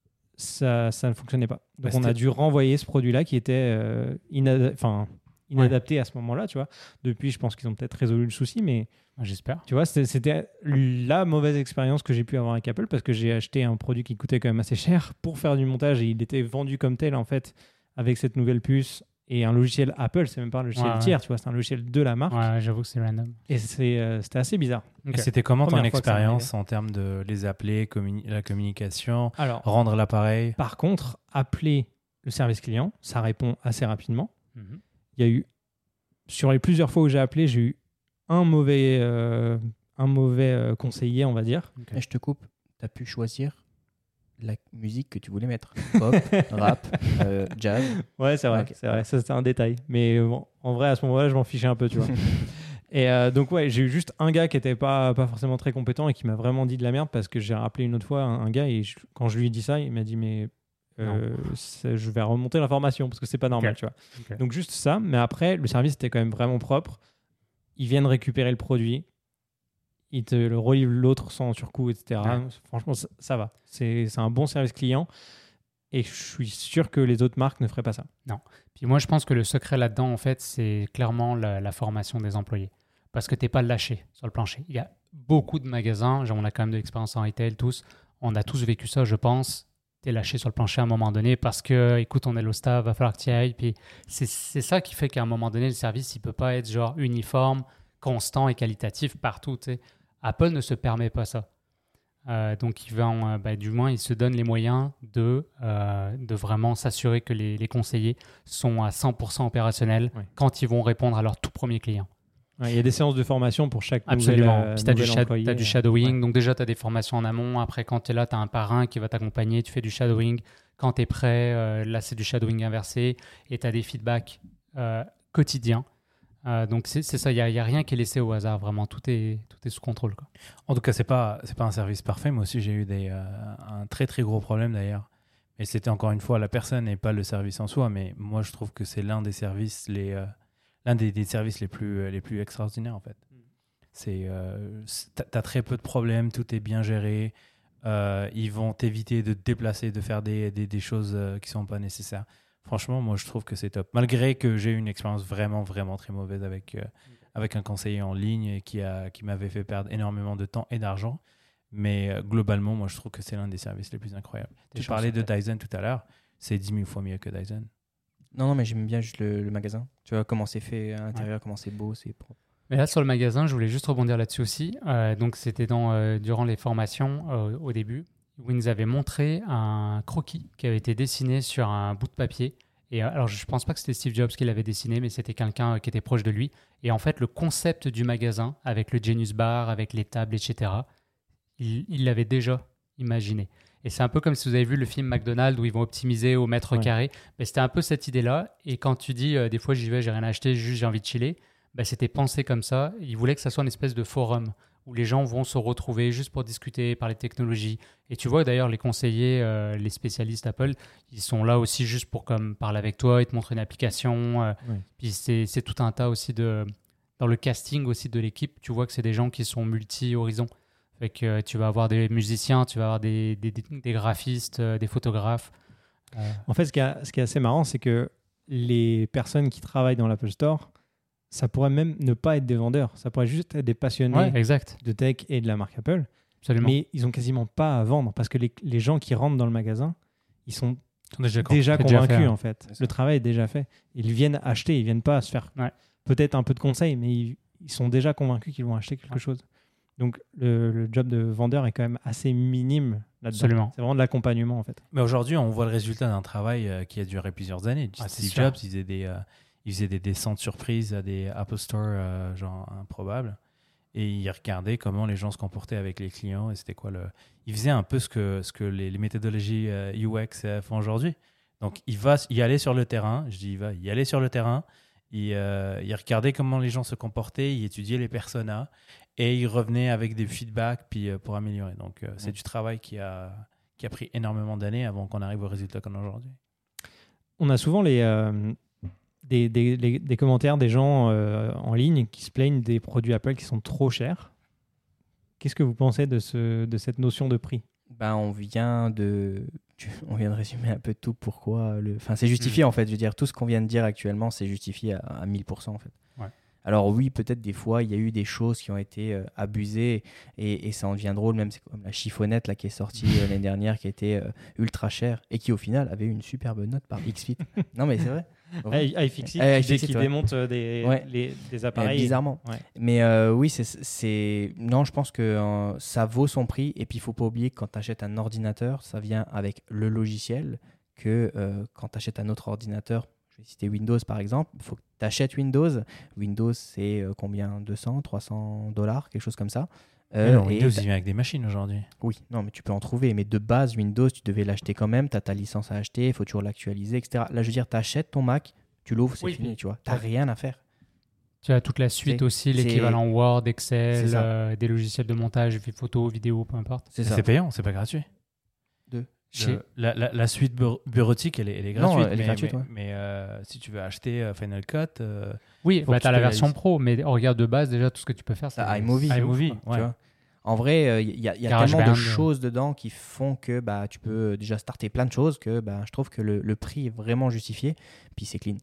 [SPEAKER 1] ça, ça ne fonctionnait pas. Donc,
[SPEAKER 2] Bah,
[SPEAKER 1] on a
[SPEAKER 2] c'était-
[SPEAKER 1] dû renvoyer ce produit-là qui était euh, inada- enfin, inadapté à ce moment-là, tu vois. Depuis, je pense qu'ils ont peut-être résolu le souci, mais
[SPEAKER 4] J'espère.
[SPEAKER 1] tu vois, c'était, c'était la mauvaise expérience que j'ai pu avoir avec Apple parce que j'ai acheté un produit qui coûtait quand même assez cher pour faire du montage et il était vendu comme tel, en fait, avec cette nouvelle puce et un logiciel Apple. C'est même pas un logiciel
[SPEAKER 4] Ouais, ouais.
[SPEAKER 1] tiers, tu vois, c'est un logiciel de la marque.
[SPEAKER 4] Ouais, j'avoue que c'est random.
[SPEAKER 1] Et c'est, euh, c'était assez bizarre.
[SPEAKER 2] Et c'était comment ton
[SPEAKER 1] Première fois que ça
[SPEAKER 2] expérience en termes de les appeler, communi- la communication,
[SPEAKER 1] Alors,
[SPEAKER 2] rendre l'appareil?
[SPEAKER 1] par contre, appeler le service client, ça répond assez rapidement.
[SPEAKER 4] Mhm.
[SPEAKER 1] Il y a eu, sur les plusieurs fois où j'ai appelé, j'ai eu un mauvais, euh, un mauvais euh, conseiller, on va dire.
[SPEAKER 3] Et je te coupe, tu as pu choisir la musique que tu voulais mettre. Pop, rap, euh, jazz.
[SPEAKER 1] Ouais, c'est vrai,
[SPEAKER 3] Ok.
[SPEAKER 1] c'est vrai. Ça, c'était un détail. Mais euh, bon, en vrai, à ce moment-là, je m'en fichais un peu, tu vois. Et euh, donc, ouais, j'ai eu juste un gars qui était pas, pas forcément très compétent et qui m'a vraiment dit de la merde parce que j'ai rappelé une autre fois un, un gars et je- quand je lui ai dit ça, il m'a dit, mais euh, c'est- je vais remonter l'information parce que c'est pas normal,
[SPEAKER 2] Ok.
[SPEAKER 1] tu vois.
[SPEAKER 2] Ok.
[SPEAKER 1] Donc juste ça, mais après, le service était quand même vraiment propre. Ils viennent récupérer le produit, ils te le relivrent l'autre sans surcoût, et cetera.
[SPEAKER 2] Ouais.
[SPEAKER 1] Franchement, ça, ça va. C'est c'est un bon service client et je suis sûr que les autres marques ne feraient pas ça.
[SPEAKER 4] Puis moi, je pense que le secret là-dedans, en fait, c'est clairement la, la formation des employés. Parce que tu n'es pas lâché sur le plancher. Il y a beaucoup de magasins, genre, on a quand même de l'expérience en retail tous, on a tous vécu ça, je pense. Tu es lâché sur le plancher à un moment donné parce que, écoute, on est l'Osta, va falloir que tu y ailles. Puis c'est c'est ça qui fait qu'à un moment donné, le service, il ne peut pas être genre uniforme, constant et qualitatif partout. Tu sais. Apple ne se permet pas ça. Euh, donc, il va en, euh, bah, du moins, il se donne les moyens de, euh, de vraiment s'assurer que les, les conseillers sont à cent pour cent opérationnels
[SPEAKER 1] Ouais.
[SPEAKER 4] quand ils vont répondre à leur tout premier client.
[SPEAKER 1] Ouais, il y a des séances de formation pour chaque
[SPEAKER 4] Absolument.
[SPEAKER 1] nouvel, euh,
[SPEAKER 4] Puis tu as du,
[SPEAKER 1] nouvel
[SPEAKER 4] shad-
[SPEAKER 1] employé.
[SPEAKER 4] t'as du shadowing.
[SPEAKER 1] Ouais.
[SPEAKER 4] Donc, déjà, tu as des formations en amont. Après, quand tu es là, tu as un parrain qui va t'accompagner. Tu fais du shadowing. Quand tu es prêt, euh, là, c'est du shadowing inversé. Et tu as des feedbacks euh, quotidiens. Euh, donc, c'est c'est ça. Il n'y a, y a rien qui est laissé au hasard. Vraiment, tout est, tout est sous contrôle, quoi.
[SPEAKER 2] En tout cas, c'est pas c'est pas un service parfait. Moi aussi, j'ai eu des, euh, un très très gros problème d'ailleurs. Et c'était encore une fois la personne et pas le service en soi. Mais moi, je trouve que c'est l'un des services les euh, l'un des, des services les plus les plus extraordinaires en fait. C'est euh, c'est- t'as, t'as très peu de problèmes, tout est bien géré. Euh, ils vont t'éviter de te déplacer, de faire des, des, des choses euh, qui sont pas nécessaires. Franchement, moi, je trouve que c'est top. Malgré que j'ai eu une expérience vraiment, vraiment très mauvaise avec, euh, avec un conseiller en ligne qui, a, qui m'avait fait perdre énormément de temps et d'argent. Mais euh, globalement, moi, je trouve que c'est l'un des services les plus incroyables.
[SPEAKER 4] T'es
[SPEAKER 2] Tu parlais de
[SPEAKER 4] chanceux.
[SPEAKER 2] Dyson tout à l'heure. C'est dix mille fois mieux que Dyson.
[SPEAKER 3] Non, non, mais j'aime bien juste le, le magasin. Tu vois comment c'est fait à l'intérieur, comment c'est beau, c'est propre.
[SPEAKER 4] Mais là, sur le magasin, je voulais juste rebondir là-dessus aussi. Euh, donc, c'était dans, euh, durant les formations euh, au début, où ils nous avaient montré un croquis qui avait été dessiné sur un bout de papier. Et euh, alors, je ne pense pas que c'était Steve Jobs qui l'avait dessiné, mais c'était quelqu'un euh, qui était proche de lui. Et en fait, le concept du magasin, avec le Genius Bar, avec les tables, et cetera, il il l'avait déjà imaginé. Et c'est un peu comme si vous avez vu le film McDonald's où ils vont optimiser au mètre
[SPEAKER 1] Ouais.
[SPEAKER 4] carré. Mais c'était un peu cette idée-là. Et quand tu dis, euh, des fois, j'y vais, j'ai rien à acheter, juste j'ai envie de chiller, bah, c'était pensé comme ça. Ils voulaient que ça soit une espèce de forum où les gens vont se retrouver juste pour discuter, parler technologie. Et tu vois d'ailleurs les conseillers, euh, les spécialistes Apple, ils sont là aussi juste pour comme parler avec toi, ils te montrent une application. euh,
[SPEAKER 1] Ouais.
[SPEAKER 4] Puis c'est c'est tout un tas aussi de... Dans le casting aussi de l'équipe, tu vois que c'est des gens qui sont multi-horizons. Fait que euh, tu vas avoir des musiciens, tu vas avoir des, des, des- des graphistes, euh, des photographes. Euh,
[SPEAKER 1] En fait, ce qui, est, ce qui est assez marrant, c'est que les personnes qui travaillent dans l'Apple Store, ça pourrait même ne pas être des vendeurs. Ça pourrait juste être des passionnés
[SPEAKER 4] ouais, exact.
[SPEAKER 1] de tech et de la marque Apple.
[SPEAKER 4] Absolument.
[SPEAKER 1] Mais ils ont quasiment pas à vendre parce que les, les gens qui rentrent dans le magasin, ils sont
[SPEAKER 2] Ils sont déjà
[SPEAKER 1] déjà
[SPEAKER 4] C'est déjà
[SPEAKER 1] convaincus
[SPEAKER 4] fait, hein.
[SPEAKER 1] en fait.
[SPEAKER 3] C'est ça.
[SPEAKER 1] Le travail est déjà fait. Ils viennent acheter, ils viennent pas se faire
[SPEAKER 4] Ouais.
[SPEAKER 1] peut-être un peu de conseils, mais ils, ils sont déjà convaincus qu'ils vont acheter quelque
[SPEAKER 4] Ouais.
[SPEAKER 1] chose. Donc le, le job de vendeur est quand même assez minime là-dedans.
[SPEAKER 4] Absolument.
[SPEAKER 1] C'est vraiment de l'accompagnement en fait.
[SPEAKER 2] Mais aujourd'hui, on voit le résultat d'un travail euh, qui a duré plusieurs années.
[SPEAKER 4] Ah, c'est
[SPEAKER 2] Steve
[SPEAKER 4] sûr.
[SPEAKER 2] Jobs, il faisait des, euh, il faisait des descentes surprises à des Apple Store euh, genre improbables. Et il regardait comment les gens se comportaient avec les clients. Et c'était quoi le... Il faisait un peu ce que, ce que les, les méthodologies euh, U X euh, font aujourd'hui. Donc, il va y aller sur le terrain. Je dis, il va y aller sur le terrain. Il, euh, il regardait comment les gens se comportaient. Il étudiait les personas. Et il revenait avec des feedbacks puis, euh, pour améliorer. Donc, euh, c'est du travail qui a, qui a pris énormément d'années avant qu'on arrive au résultat qu'on a aujourd'hui.
[SPEAKER 1] On a souvent les, euh, des, des, les- des commentaires des gens euh, en ligne qui se plaignent des produits Apple qui sont trop chers. Qu'est-ce que vous pensez de, ce, de cette notion de prix?
[SPEAKER 3] Ben, on vient de, tu- on vient de résumer un peu tout pourquoi le, enfin c'est justifié en fait. Je veux dire tout ce qu'on vient de dire actuellement, c'est justifié à, à mille pour cent en fait.
[SPEAKER 4] Ouais.
[SPEAKER 3] Alors oui, peut-être des fois il y a eu des choses qui ont été euh, abusées et, et ça en devient drôle. Même c'est comme la chiffonnette là qui est sortie euh, l'année dernière, qui était euh, ultra chère et qui au final avait eu une superbe note par Xfit. Non mais c'est vrai.
[SPEAKER 1] I- iFixit,
[SPEAKER 3] Eh,
[SPEAKER 1] qui,
[SPEAKER 3] iFixit,
[SPEAKER 1] qui
[SPEAKER 3] ouais.
[SPEAKER 1] démonte euh, des,
[SPEAKER 3] Ouais.
[SPEAKER 1] les- des
[SPEAKER 3] Euh,
[SPEAKER 1] appareils.
[SPEAKER 3] bizarrement.
[SPEAKER 1] Ouais.
[SPEAKER 3] Mais euh, oui, c'est, c'est... Non, je pense que euh, ça vaut son prix. Et puis, il ne faut pas oublier que quand tu achètes un ordinateur, ça vient avec le logiciel. Que euh, quand tu achètes un autre ordinateur, je vais citer Windows par exemple, il faut que tu achètes Windows. Windows, c'est euh, combien deux cents, trois cents dollars, quelque chose comme ça. Euh,
[SPEAKER 2] Mais non,
[SPEAKER 3] et
[SPEAKER 2] Windows,
[SPEAKER 3] t'as-
[SPEAKER 2] il vient avec des machines aujourd'hui.
[SPEAKER 3] Oui, non, mais tu peux en trouver. Mais de base, Windows, tu devais l'acheter quand même. Tu as ta licence à acheter, il faut toujours l'actualiser, et cetera. Là, je veux dire, tu achètes ton Mac, tu l'ouvres, c'est
[SPEAKER 4] Oui,
[SPEAKER 3] fini,
[SPEAKER 4] puis-
[SPEAKER 3] tu vois. Tu n'as rien à faire.
[SPEAKER 4] Tu as toute la suite
[SPEAKER 3] C'est-
[SPEAKER 4] aussi,
[SPEAKER 3] c'est-
[SPEAKER 4] l'équivalent Word,
[SPEAKER 3] c'est
[SPEAKER 4] Excel,
[SPEAKER 3] ça.
[SPEAKER 4] euh, des logiciels de montage, photo, vidéo, peu importe.
[SPEAKER 3] C'est
[SPEAKER 2] C'est
[SPEAKER 3] ça.
[SPEAKER 2] payant, c'est pas gratuit.
[SPEAKER 4] Chez-
[SPEAKER 2] Le- la, la, la suite bureau- bureautique, elle est, elle est
[SPEAKER 3] Non,
[SPEAKER 2] gratuite.
[SPEAKER 3] elle est
[SPEAKER 2] mais
[SPEAKER 3] gratuite,
[SPEAKER 2] mais,
[SPEAKER 3] ouais.
[SPEAKER 2] mais, euh, si tu veux acheter euh, Final Cut, euh,
[SPEAKER 4] Oui,
[SPEAKER 2] Faut
[SPEAKER 4] bah,
[SPEAKER 2] que
[SPEAKER 4] tu as
[SPEAKER 2] tu
[SPEAKER 4] la
[SPEAKER 2] te
[SPEAKER 4] version
[SPEAKER 2] réalises.
[SPEAKER 4] pro, mais on regarde de base déjà tout ce que tu peux faire. C'est
[SPEAKER 3] T'as iMovie.
[SPEAKER 4] c'est
[SPEAKER 2] iMovie,
[SPEAKER 4] ouf, quoi.
[SPEAKER 2] ouais.
[SPEAKER 3] Tu vois. En vrai, il y a, y a
[SPEAKER 4] GarageBand,
[SPEAKER 3] tellement de
[SPEAKER 4] euh.
[SPEAKER 3] choses dedans qui font que bah, tu peux déjà starter plein de choses que bah, je trouve que le, le prix est vraiment justifié. Puis c'est clean.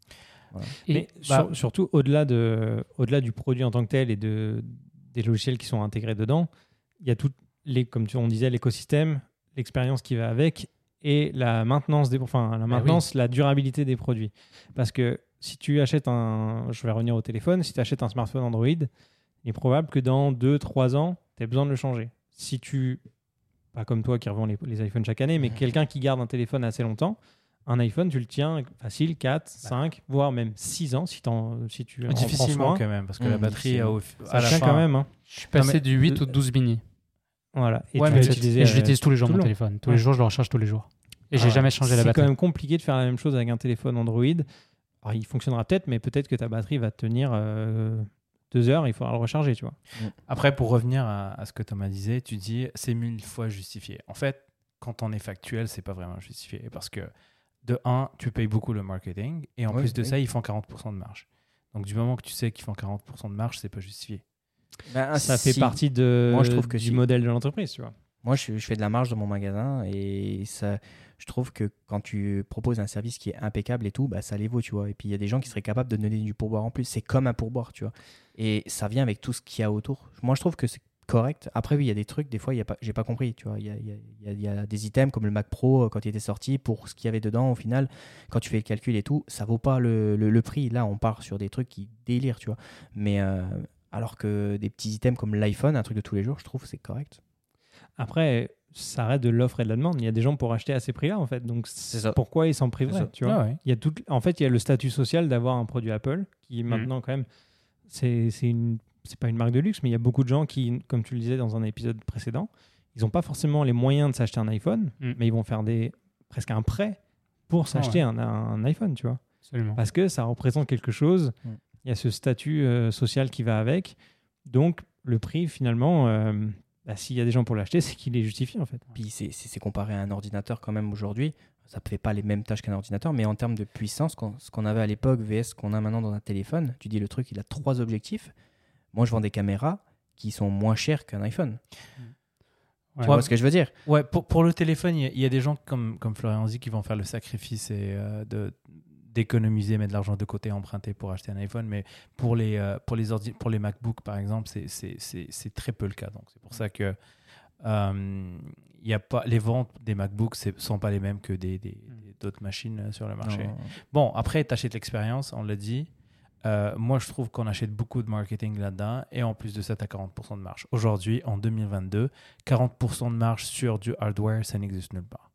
[SPEAKER 4] Et
[SPEAKER 1] Mais
[SPEAKER 4] bah,
[SPEAKER 1] sur- surtout, au-delà, de, au-delà du produit en tant que tel et de, des logiciels qui sont intégrés dedans, il y a tout, les, comme tu- on disait, l'écosystème, l'expérience qui va avec et la maintenance, des, enfin, la, maintenance la durabilité des produits. Parce que si tu achètes un... Je vais revenir au téléphone. Si tu achètes un smartphone Android, il est probable que dans deux trois ans, tu aies besoin de le changer. Si tu... Pas comme toi qui revends les, les iPhones chaque année, mais
[SPEAKER 3] Mhm.
[SPEAKER 1] quelqu'un qui garde un téléphone assez longtemps, un iPhone, tu le tiens facile quatre, cinq, voire même six ans si, t'en- si tu en prends
[SPEAKER 2] difficilement
[SPEAKER 1] soin.
[SPEAKER 2] quand même, parce que
[SPEAKER 3] Mmh,
[SPEAKER 2] la batterie,
[SPEAKER 3] difficilement.
[SPEAKER 2] au-
[SPEAKER 1] Ça
[SPEAKER 2] à la
[SPEAKER 1] tient
[SPEAKER 2] fin,
[SPEAKER 1] quand même. Hein.
[SPEAKER 4] je suis passé
[SPEAKER 2] mais-
[SPEAKER 4] du huit
[SPEAKER 1] de-
[SPEAKER 4] au douze mini.
[SPEAKER 1] Voilà. Et
[SPEAKER 2] Ouais,
[SPEAKER 1] tu
[SPEAKER 2] mais
[SPEAKER 1] vas
[SPEAKER 2] c'est-
[SPEAKER 1] l'utiliser,
[SPEAKER 4] Et je
[SPEAKER 1] euh,
[SPEAKER 4] l'utilise tous les jours,
[SPEAKER 1] tout
[SPEAKER 4] mon
[SPEAKER 1] le long.
[SPEAKER 4] téléphone. Tous
[SPEAKER 1] Ouais.
[SPEAKER 4] les jours, je le recharge tous les jours. Et
[SPEAKER 2] Ah
[SPEAKER 4] j'ai
[SPEAKER 2] ouais.
[SPEAKER 4] jamais changé la
[SPEAKER 1] C'est quand
[SPEAKER 4] batterie.
[SPEAKER 1] même compliqué de faire la même chose avec un téléphone Android. Alors, il fonctionnera peut-être, mais peut-être que ta batterie va te tenir euh, deux heures. Il faudra le recharger, tu vois.
[SPEAKER 2] Après, pour revenir à, à ce que Thomas disait, tu dis c'est mille fois justifié. En fait, quand on est factuel, c'est pas vraiment justifié parce que de un, tu payes beaucoup le marketing et en
[SPEAKER 3] Oui,
[SPEAKER 2] plus de
[SPEAKER 3] oui.
[SPEAKER 2] ça, ils font quarante pour cent de marge. Donc du moment que tu sais qu'ils font quarante pour cent de marge, c'est pas justifié.
[SPEAKER 3] Ben,
[SPEAKER 1] Ça fait
[SPEAKER 3] si.
[SPEAKER 1] partie de,
[SPEAKER 3] Moi, je trouve que
[SPEAKER 1] du
[SPEAKER 3] si.
[SPEAKER 1] modèle de l'entreprise, tu vois.
[SPEAKER 3] Moi, je, je fais de la marge dans mon magasin et ça, je trouve que quand tu proposes un service qui est impeccable et tout, bah, ça les vaut, tu vois. Et puis, il y a des gens qui seraient capables de donner du pourboire en plus. C'est comme un pourboire, tu vois. Et ça vient avec tout ce qu'il y a autour. Moi, je trouve que c'est correct. Après, oui, il y a des trucs, des fois, il y a pas, j'ai pas compris, tu vois. Il y a, il y a- il y a- il y a des items comme le Mac Pro, euh, quand il était sorti, pour ce qu'il y avait dedans, au final, quand tu fais le calcul et tout, ça vaut pas le, le, le prix. Là, on part sur des trucs qui délirent, tu vois. Mais euh, alors que des petits items comme l'iPhone, un truc de tous les jours, je trouve que c'est correct.
[SPEAKER 1] Après, ça reste de l'offre et de la demande. Il y a des gens pour acheter à ces prix-là, en fait. Donc,
[SPEAKER 3] C'est ça.
[SPEAKER 1] pourquoi ils s'en
[SPEAKER 3] C'est
[SPEAKER 1] priveraient,
[SPEAKER 3] ça.
[SPEAKER 1] tu vois.
[SPEAKER 2] Ah ouais.
[SPEAKER 1] Il y a tout, en fait, il y a le statut social d'avoir un produit Apple qui, maintenant, quand même, c'est, c'est, une, c'est pas une marque de luxe, mais il y a beaucoup de gens qui, comme tu le disais dans un épisode précédent, ils n'ont pas forcément les moyens de s'acheter un iPhone,
[SPEAKER 4] Mm.
[SPEAKER 1] mais ils vont faire des, presque un prêt pour s'acheter un, un iPhone, tu vois.
[SPEAKER 4] Absolument.
[SPEAKER 1] Parce que ça représente quelque chose.
[SPEAKER 3] Mm.
[SPEAKER 1] Il y a ce statut euh, social qui va avec. Donc, le prix, finalement, euh, bah, s'il y a des gens pour l'acheter, c'est qu'il est justifié, en fait.
[SPEAKER 3] Puis c'est, c'est, c'est comparé à un ordinateur quand même aujourd'hui. Ça ne fait pas les mêmes tâches qu'un ordinateur, mais en termes de puissance, qu'on- ce qu'on avait à l'époque, V S ce qu'on a maintenant dans un téléphone, tu dis le truc, il a trois objectifs. Moi, je vends des caméras qui sont moins chères qu'un iPhone.
[SPEAKER 4] Ouais.
[SPEAKER 3] Tu vois ce que je veux dire?
[SPEAKER 2] Ouais, pour, pour le téléphone, il y, a- il y a des gens comme, comme Florian dit qui vont faire le sacrifice et euh, de, d'économiser, mettre de l'argent de côté, emprunter pour acheter un iPhone. Mais pour les, euh, pour les, ordi- pour les MacBook, par exemple, c'est, c'est, c'est, c'est très peu le cas. Donc, c'est pour ça que euh, il y a pas, les ventes des MacBooks ne sont pas les mêmes que des, des- des- d'autres machines euh, sur le marché.
[SPEAKER 3] Non.
[SPEAKER 2] Bon, après, tu achètes l'expérience, on l'a dit. Euh, moi, je trouve qu'on achète beaucoup de marketing là-dedans et en plus de ça, tu as quarante pour cent de marge. Aujourd'hui, en deux mille vingt-deux, quarante pour cent de marge sur du hardware, ça n'existe nulle part.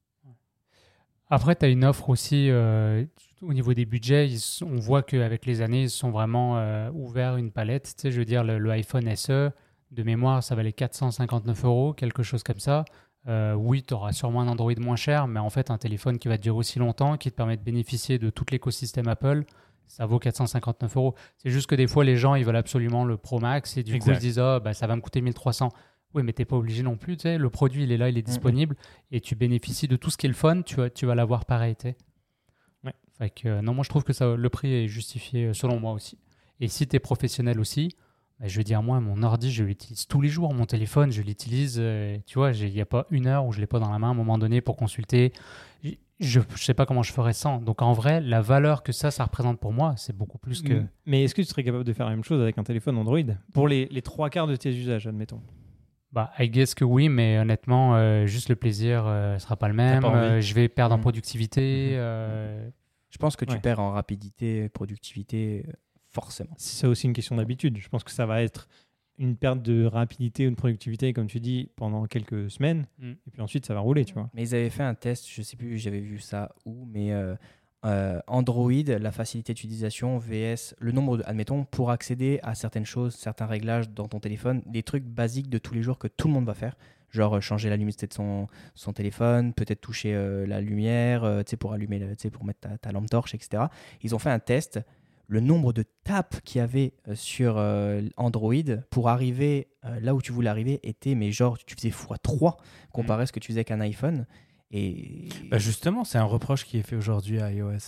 [SPEAKER 4] Après, tu as une offre aussi euh, au niveau des budgets. Ils s- on voit qu'avec les années, ils sont vraiment euh, ouverts une palette. Tu sais, je veux dire, le, le iPhone S E, de mémoire, ça valait quatre cent cinquante-neuf euros, quelque chose comme ça. Euh, oui, tu auras sûrement un Android moins cher, mais en fait, un téléphone qui va te durer aussi longtemps, qui te permet de bénéficier de tout l'écosystème Apple, ça vaut quatre cent cinquante-neuf euros. C'est juste que des fois, les gens, ils veulent absolument le Pro Max et du coup,
[SPEAKER 2] Exact.
[SPEAKER 4] ils se disent, oh, bah, ça va me coûter mille trois cents. Oui, mais tu n'es pas obligé non plus. Tu sais, le produit, il est là, il est disponible et tu bénéficies de tout ce qui est le fun. Tu vas, tu vas l'avoir pareil. Tu sais.
[SPEAKER 1] Ouais.
[SPEAKER 4] Fait que, euh, non, moi, je trouve que ça, le prix est justifié euh, selon moi aussi. Et si tu es professionnel aussi, bah, je veux dire, moi, mon ordi, je l'utilise tous les jours. Mon téléphone, je l'utilise. euh, tu vois, il n'y a pas une heure où je ne l'ai pas dans la main à un moment donné pour consulter. Je ne sais pas comment je ferais sans. Donc, en vrai, la valeur que ça, ça représente pour moi, c'est beaucoup plus que...
[SPEAKER 1] Mm. Mais est-ce que tu serais capable de faire la même chose avec un téléphone Android pour les, les trois quarts de tes usages, admettons?
[SPEAKER 4] Bah, I guess que oui, mais honnêtement, euh, juste le plaisir ne sera pas le même.
[SPEAKER 2] pas envie.
[SPEAKER 4] Euh, je vais perdre en
[SPEAKER 3] Mhm.
[SPEAKER 4] productivité.
[SPEAKER 3] Mhm.
[SPEAKER 4] euh,
[SPEAKER 3] Je pense que tu
[SPEAKER 1] Ouais.
[SPEAKER 3] perds en rapidité, productivité, euh, forcément.
[SPEAKER 1] C'est aussi une question d'habitude. Je pense que ça va être une perte de rapidité ou de productivité, comme tu dis, pendant quelques semaines.
[SPEAKER 4] Mm.
[SPEAKER 1] Et puis ensuite, ça va rouler, tu vois.
[SPEAKER 3] Mais ils avaient fait un test, je sais plus, j'avais vu ça où, mais euh, euh, Android, la facilité d'utilisation, V S, le nombre, de, admettons, pour accéder à certaines choses, certains réglages dans ton téléphone, des trucs basiques de tous les jours que tout le monde va faire, genre euh, changer la luminosité de son, son téléphone, peut-être toucher euh, la lumière, euh, tu sais, pour allumer, le- tu sais, pour mettre ta, ta lampe torche, et cetera. Ils ont fait un test. Le nombre de tapes qu'il y avait euh, sur euh, Android pour arriver euh, là où tu voulais arriver était, mais genre, tu faisais fois trois comparé à ce que tu faisais avec un iPhone. Et
[SPEAKER 2] Bah justement, c'est un reproche qui est fait aujourd'hui à iOS.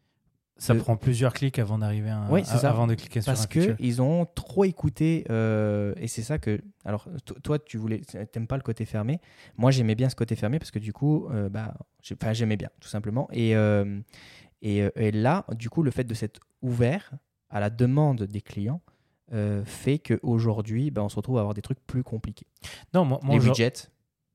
[SPEAKER 2] Ça
[SPEAKER 3] Le-
[SPEAKER 2] prend plusieurs clics avant d'arriver à,
[SPEAKER 3] Oui, c'est
[SPEAKER 2] à-
[SPEAKER 3] ça.
[SPEAKER 2] avant de cliquer sur
[SPEAKER 3] parce
[SPEAKER 2] un feature.
[SPEAKER 3] qu'ils ont trop écouté, euh, et c'est ça que... Alors, to- toi, tu voulais, t'aimes pas le côté fermé. Moi, j'aimais bien ce côté fermé parce que du coup, euh, bah, j'ai- enfin, j'aimais bien, tout simplement. Et, euh, et, euh, et là, du coup, le fait de s'être ouvert à la demande des clients euh, fait qu'aujourd'hui, bah, on se retrouve à avoir des trucs plus compliqués.
[SPEAKER 2] Non, moi, moi,
[SPEAKER 3] Les
[SPEAKER 2] genre-
[SPEAKER 3] widgets,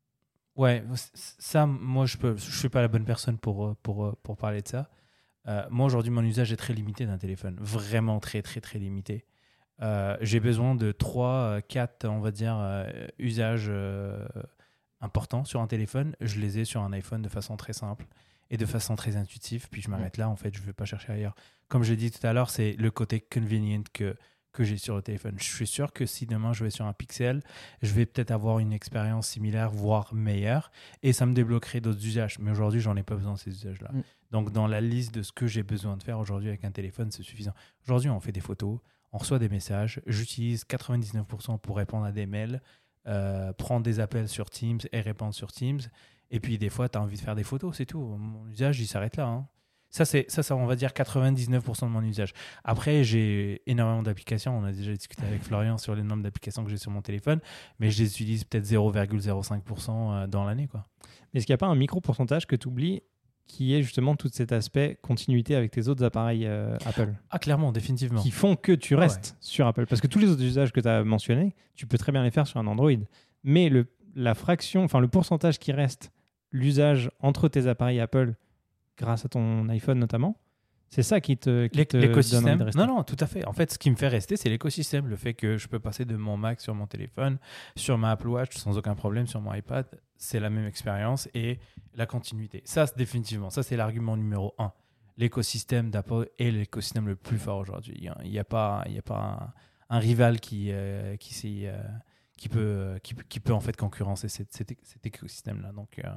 [SPEAKER 2] Ouais, c- ça, moi, je peux, je suis pas la bonne personne pour, euh, pour, euh, pour parler de ça. Euh, moi, aujourd'hui, mon usage est très limité d'un téléphone. Vraiment très, très, très limité. Euh, j'ai besoin de trois, quatre, on va dire, euh, usages euh, importants sur un téléphone. Je les ai sur un iPhone de façon très simple et de façon très intuitive. Puis je m'arrête là, en fait, je ne vais pas chercher ailleurs. Comme j'ai dit tout à l'heure, c'est le côté convenient que, que j'ai sur le téléphone. Je suis sûr que si demain je vais sur un Pixel, je vais peut-être avoir une expérience similaire, voire meilleure, et ça me débloquerait d'autres usages. Mais aujourd'hui, j'en ai pas besoin de ces usages-là.
[SPEAKER 3] Mm.
[SPEAKER 2] Donc, dans la liste de ce que j'ai besoin de faire aujourd'hui avec un téléphone, c'est suffisant. Aujourd'hui, on fait des photos, on reçoit des messages. J'utilise quatre-vingt-dix-neuf pour cent pour répondre à des mails, euh, prendre des appels sur Teams et répondre sur Teams. Et puis, des fois, tu as envie de faire des photos, c'est tout. Mon usage, il s'arrête là. Hein. Ça, c'est, ça, ça, on va dire quatre-vingt-dix-neuf pour cent de mon usage. Après, j'ai énormément d'applications. On a déjà discuté avec Florian sur le nombre d'applications que j'ai sur mon téléphone, mais je les utilise peut-être zéro virgule zéro cinq pour cent dans l'année, quoi.
[SPEAKER 1] Mais est-ce qu'il n'y a pas un micro-pourcentage que tu oublies qui est justement tout cet aspect continuité avec tes autres appareils euh, Apple
[SPEAKER 2] Ah, clairement, définitivement.
[SPEAKER 1] qui font que tu
[SPEAKER 2] Ah
[SPEAKER 1] restes
[SPEAKER 2] ouais.
[SPEAKER 1] sur Apple? Parce que tous les autres usages que tu as mentionnés, tu peux très bien les faire sur un Android. Mais le, la fraction, enfin le pourcentage qui reste, l'usage entre tes appareils Apple, grâce à ton iPhone notamment, c'est ça qui te, qui
[SPEAKER 2] L'é-
[SPEAKER 1] te donne envie
[SPEAKER 2] L'écosystème.
[SPEAKER 1] de rester.
[SPEAKER 2] Non, non, tout à fait. En fait, ce qui me fait rester, c'est l'écosystème. Le fait que je peux passer de mon Mac sur mon téléphone, sur ma Apple Watch sans aucun problème, sur mon iPad, c'est la même expérience et la continuité. Ça, c'est définitivement, ça, c'est l'argument numéro un. L'écosystème d'Apple est l'écosystème le plus fort aujourd'hui. Il n'y a, a pas, il y a pas un, un rival qui, euh, qui, s'y, euh, qui, peut, euh, qui, qui peut en fait concurrencer cet, cet, cet écosystème-là. Donc, euh,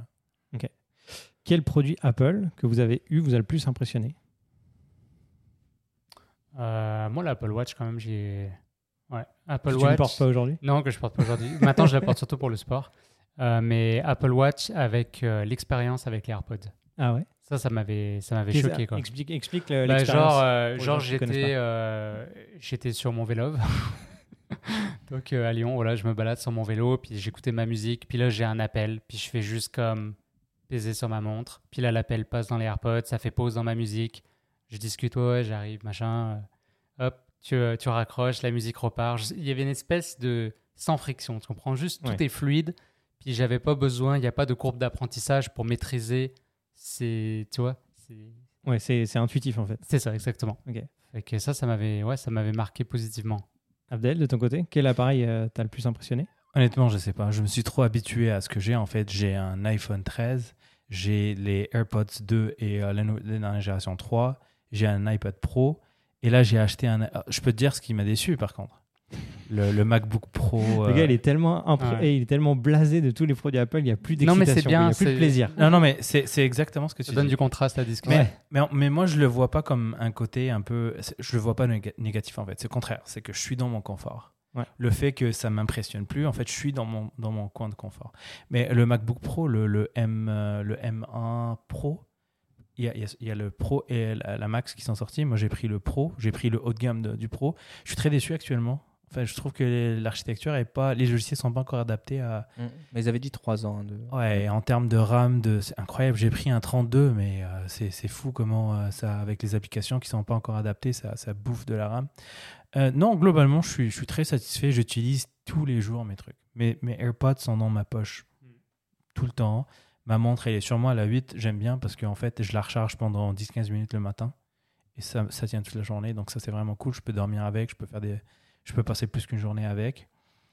[SPEAKER 1] Quel produit Apple que vous avez eu vous a le plus impressionné?
[SPEAKER 4] Euh, moi, l'Apple Watch, quand même, j'ai. Ouais, Apple
[SPEAKER 1] Que
[SPEAKER 4] Watch.
[SPEAKER 1] tu ne portes pas aujourd'hui?
[SPEAKER 4] Non, que je porte pas aujourd'hui. Maintenant, je la porte surtout pour le sport. Euh, mais Apple Watch avec euh, l'expérience avec les AirPods.
[SPEAKER 1] Ah ouais.
[SPEAKER 4] Ça, ça m'avait, ça m'avait
[SPEAKER 1] Qu'est-ce-
[SPEAKER 4] choqué, quoi.
[SPEAKER 1] Explique, explique le-
[SPEAKER 4] Bah,
[SPEAKER 1] l'expérience.
[SPEAKER 4] genre, euh,
[SPEAKER 1] pour les
[SPEAKER 4] genre
[SPEAKER 1] gens qui connaissent
[SPEAKER 4] j'étais,
[SPEAKER 1] pas.
[SPEAKER 4] euh, j'étais sur mon vélo. Donc euh, à Lyon, voilà, je me balade sur mon vélo, puis j'écoutais ma musique, puis là j'ai un appel, puis je fais juste comme baiser sur ma montre, puis là l'appel passe dans les AirPods, ça fait pause dans ma musique, je discute, ouais, j'arrive, machin, euh, hop, tu, euh, tu raccroches, la musique repart. Je- Il y avait une espèce de sans friction, tu comprends, juste tout
[SPEAKER 1] Ouais.
[SPEAKER 4] est fluide, puis j'avais pas besoin, il n'y a pas de courbe d'apprentissage pour maîtriser, c'est, tu vois, c'est...
[SPEAKER 1] Ouais, c'est c'est intuitif en fait.
[SPEAKER 4] C'est ça, exactement.
[SPEAKER 1] Ok.
[SPEAKER 4] Fait que ça, ça m'avait, ouais, ça m'avait marqué positivement.
[SPEAKER 1] Abdel, de ton côté, quel appareil euh, t'as le plus impressionné?
[SPEAKER 2] honnêtement, je sais pas. Je me suis trop habitué à ce que j'ai. En fait, j'ai un iPhone treize, j'ai les AirPods deux et euh, la, nou- la dernière génération trois, j'ai un iPad Pro, et là, j'ai acheté un. Je peux te dire ce qui m'a déçu, par contre. Le, le MacBook Pro.
[SPEAKER 1] Le gars,
[SPEAKER 2] euh,
[SPEAKER 1] il est tellement impr-
[SPEAKER 4] Ouais.
[SPEAKER 1] et il est tellement blasé de tous les produits Apple, il n'y a plus
[SPEAKER 4] Non, mais
[SPEAKER 1] d'excitation,
[SPEAKER 4] c'est bien,
[SPEAKER 1] il n'y a plus de
[SPEAKER 4] c'est-
[SPEAKER 1] plaisir.
[SPEAKER 2] Non, non, mais c'est c'est exactement ce que tu
[SPEAKER 4] Ça donne
[SPEAKER 2] dis.
[SPEAKER 4] du contraste à la discussion.
[SPEAKER 2] Mais, mais, mais moi, je le vois pas comme un côté un peu. c'est- Je le vois pas néga- négatif en fait. C'est le contraire. C'est que je suis dans mon confort.
[SPEAKER 1] Ouais.
[SPEAKER 2] Le fait que ça m'impressionne plus, en fait, je suis dans mon, dans mon coin de confort. Mais le MacBook Pro, le, le, M, euh, le M un Pro, il y a, il y a- il y a le Pro et la, la Max qui sont sortis. Moi, j'ai pris le Pro, j'ai pris le haut de gamme de- du Pro. Je suis très déçu actuellement. Enfin, je trouve que l'architecture est pas, les logiciels sont pas encore adaptés à.
[SPEAKER 3] Mais ils avaient dit trois ans. De...
[SPEAKER 2] Ouais, en termes de RAM, de, c'est incroyable. J'ai pris un trente-deux, mais euh, c'est, c'est fou comment euh, ça, avec les applications qui sont pas encore adaptées, ça, ça bouffe de la RAM. Euh, non, globalement, je suis, je suis très satisfait. J'utilise tous les jours mes trucs. Mes, mes AirPods sont dans ma poche tout le temps. Ma montre, elle est sur moi à la huit. J'aime bien parce qu'en fait, je la recharge pendant dix à quinze minutes le matin. Et ça, ça tient toute la journée. Donc ça, c'est vraiment cool. Je peux dormir avec. Je peux, faire des, je peux passer plus qu'une journée avec.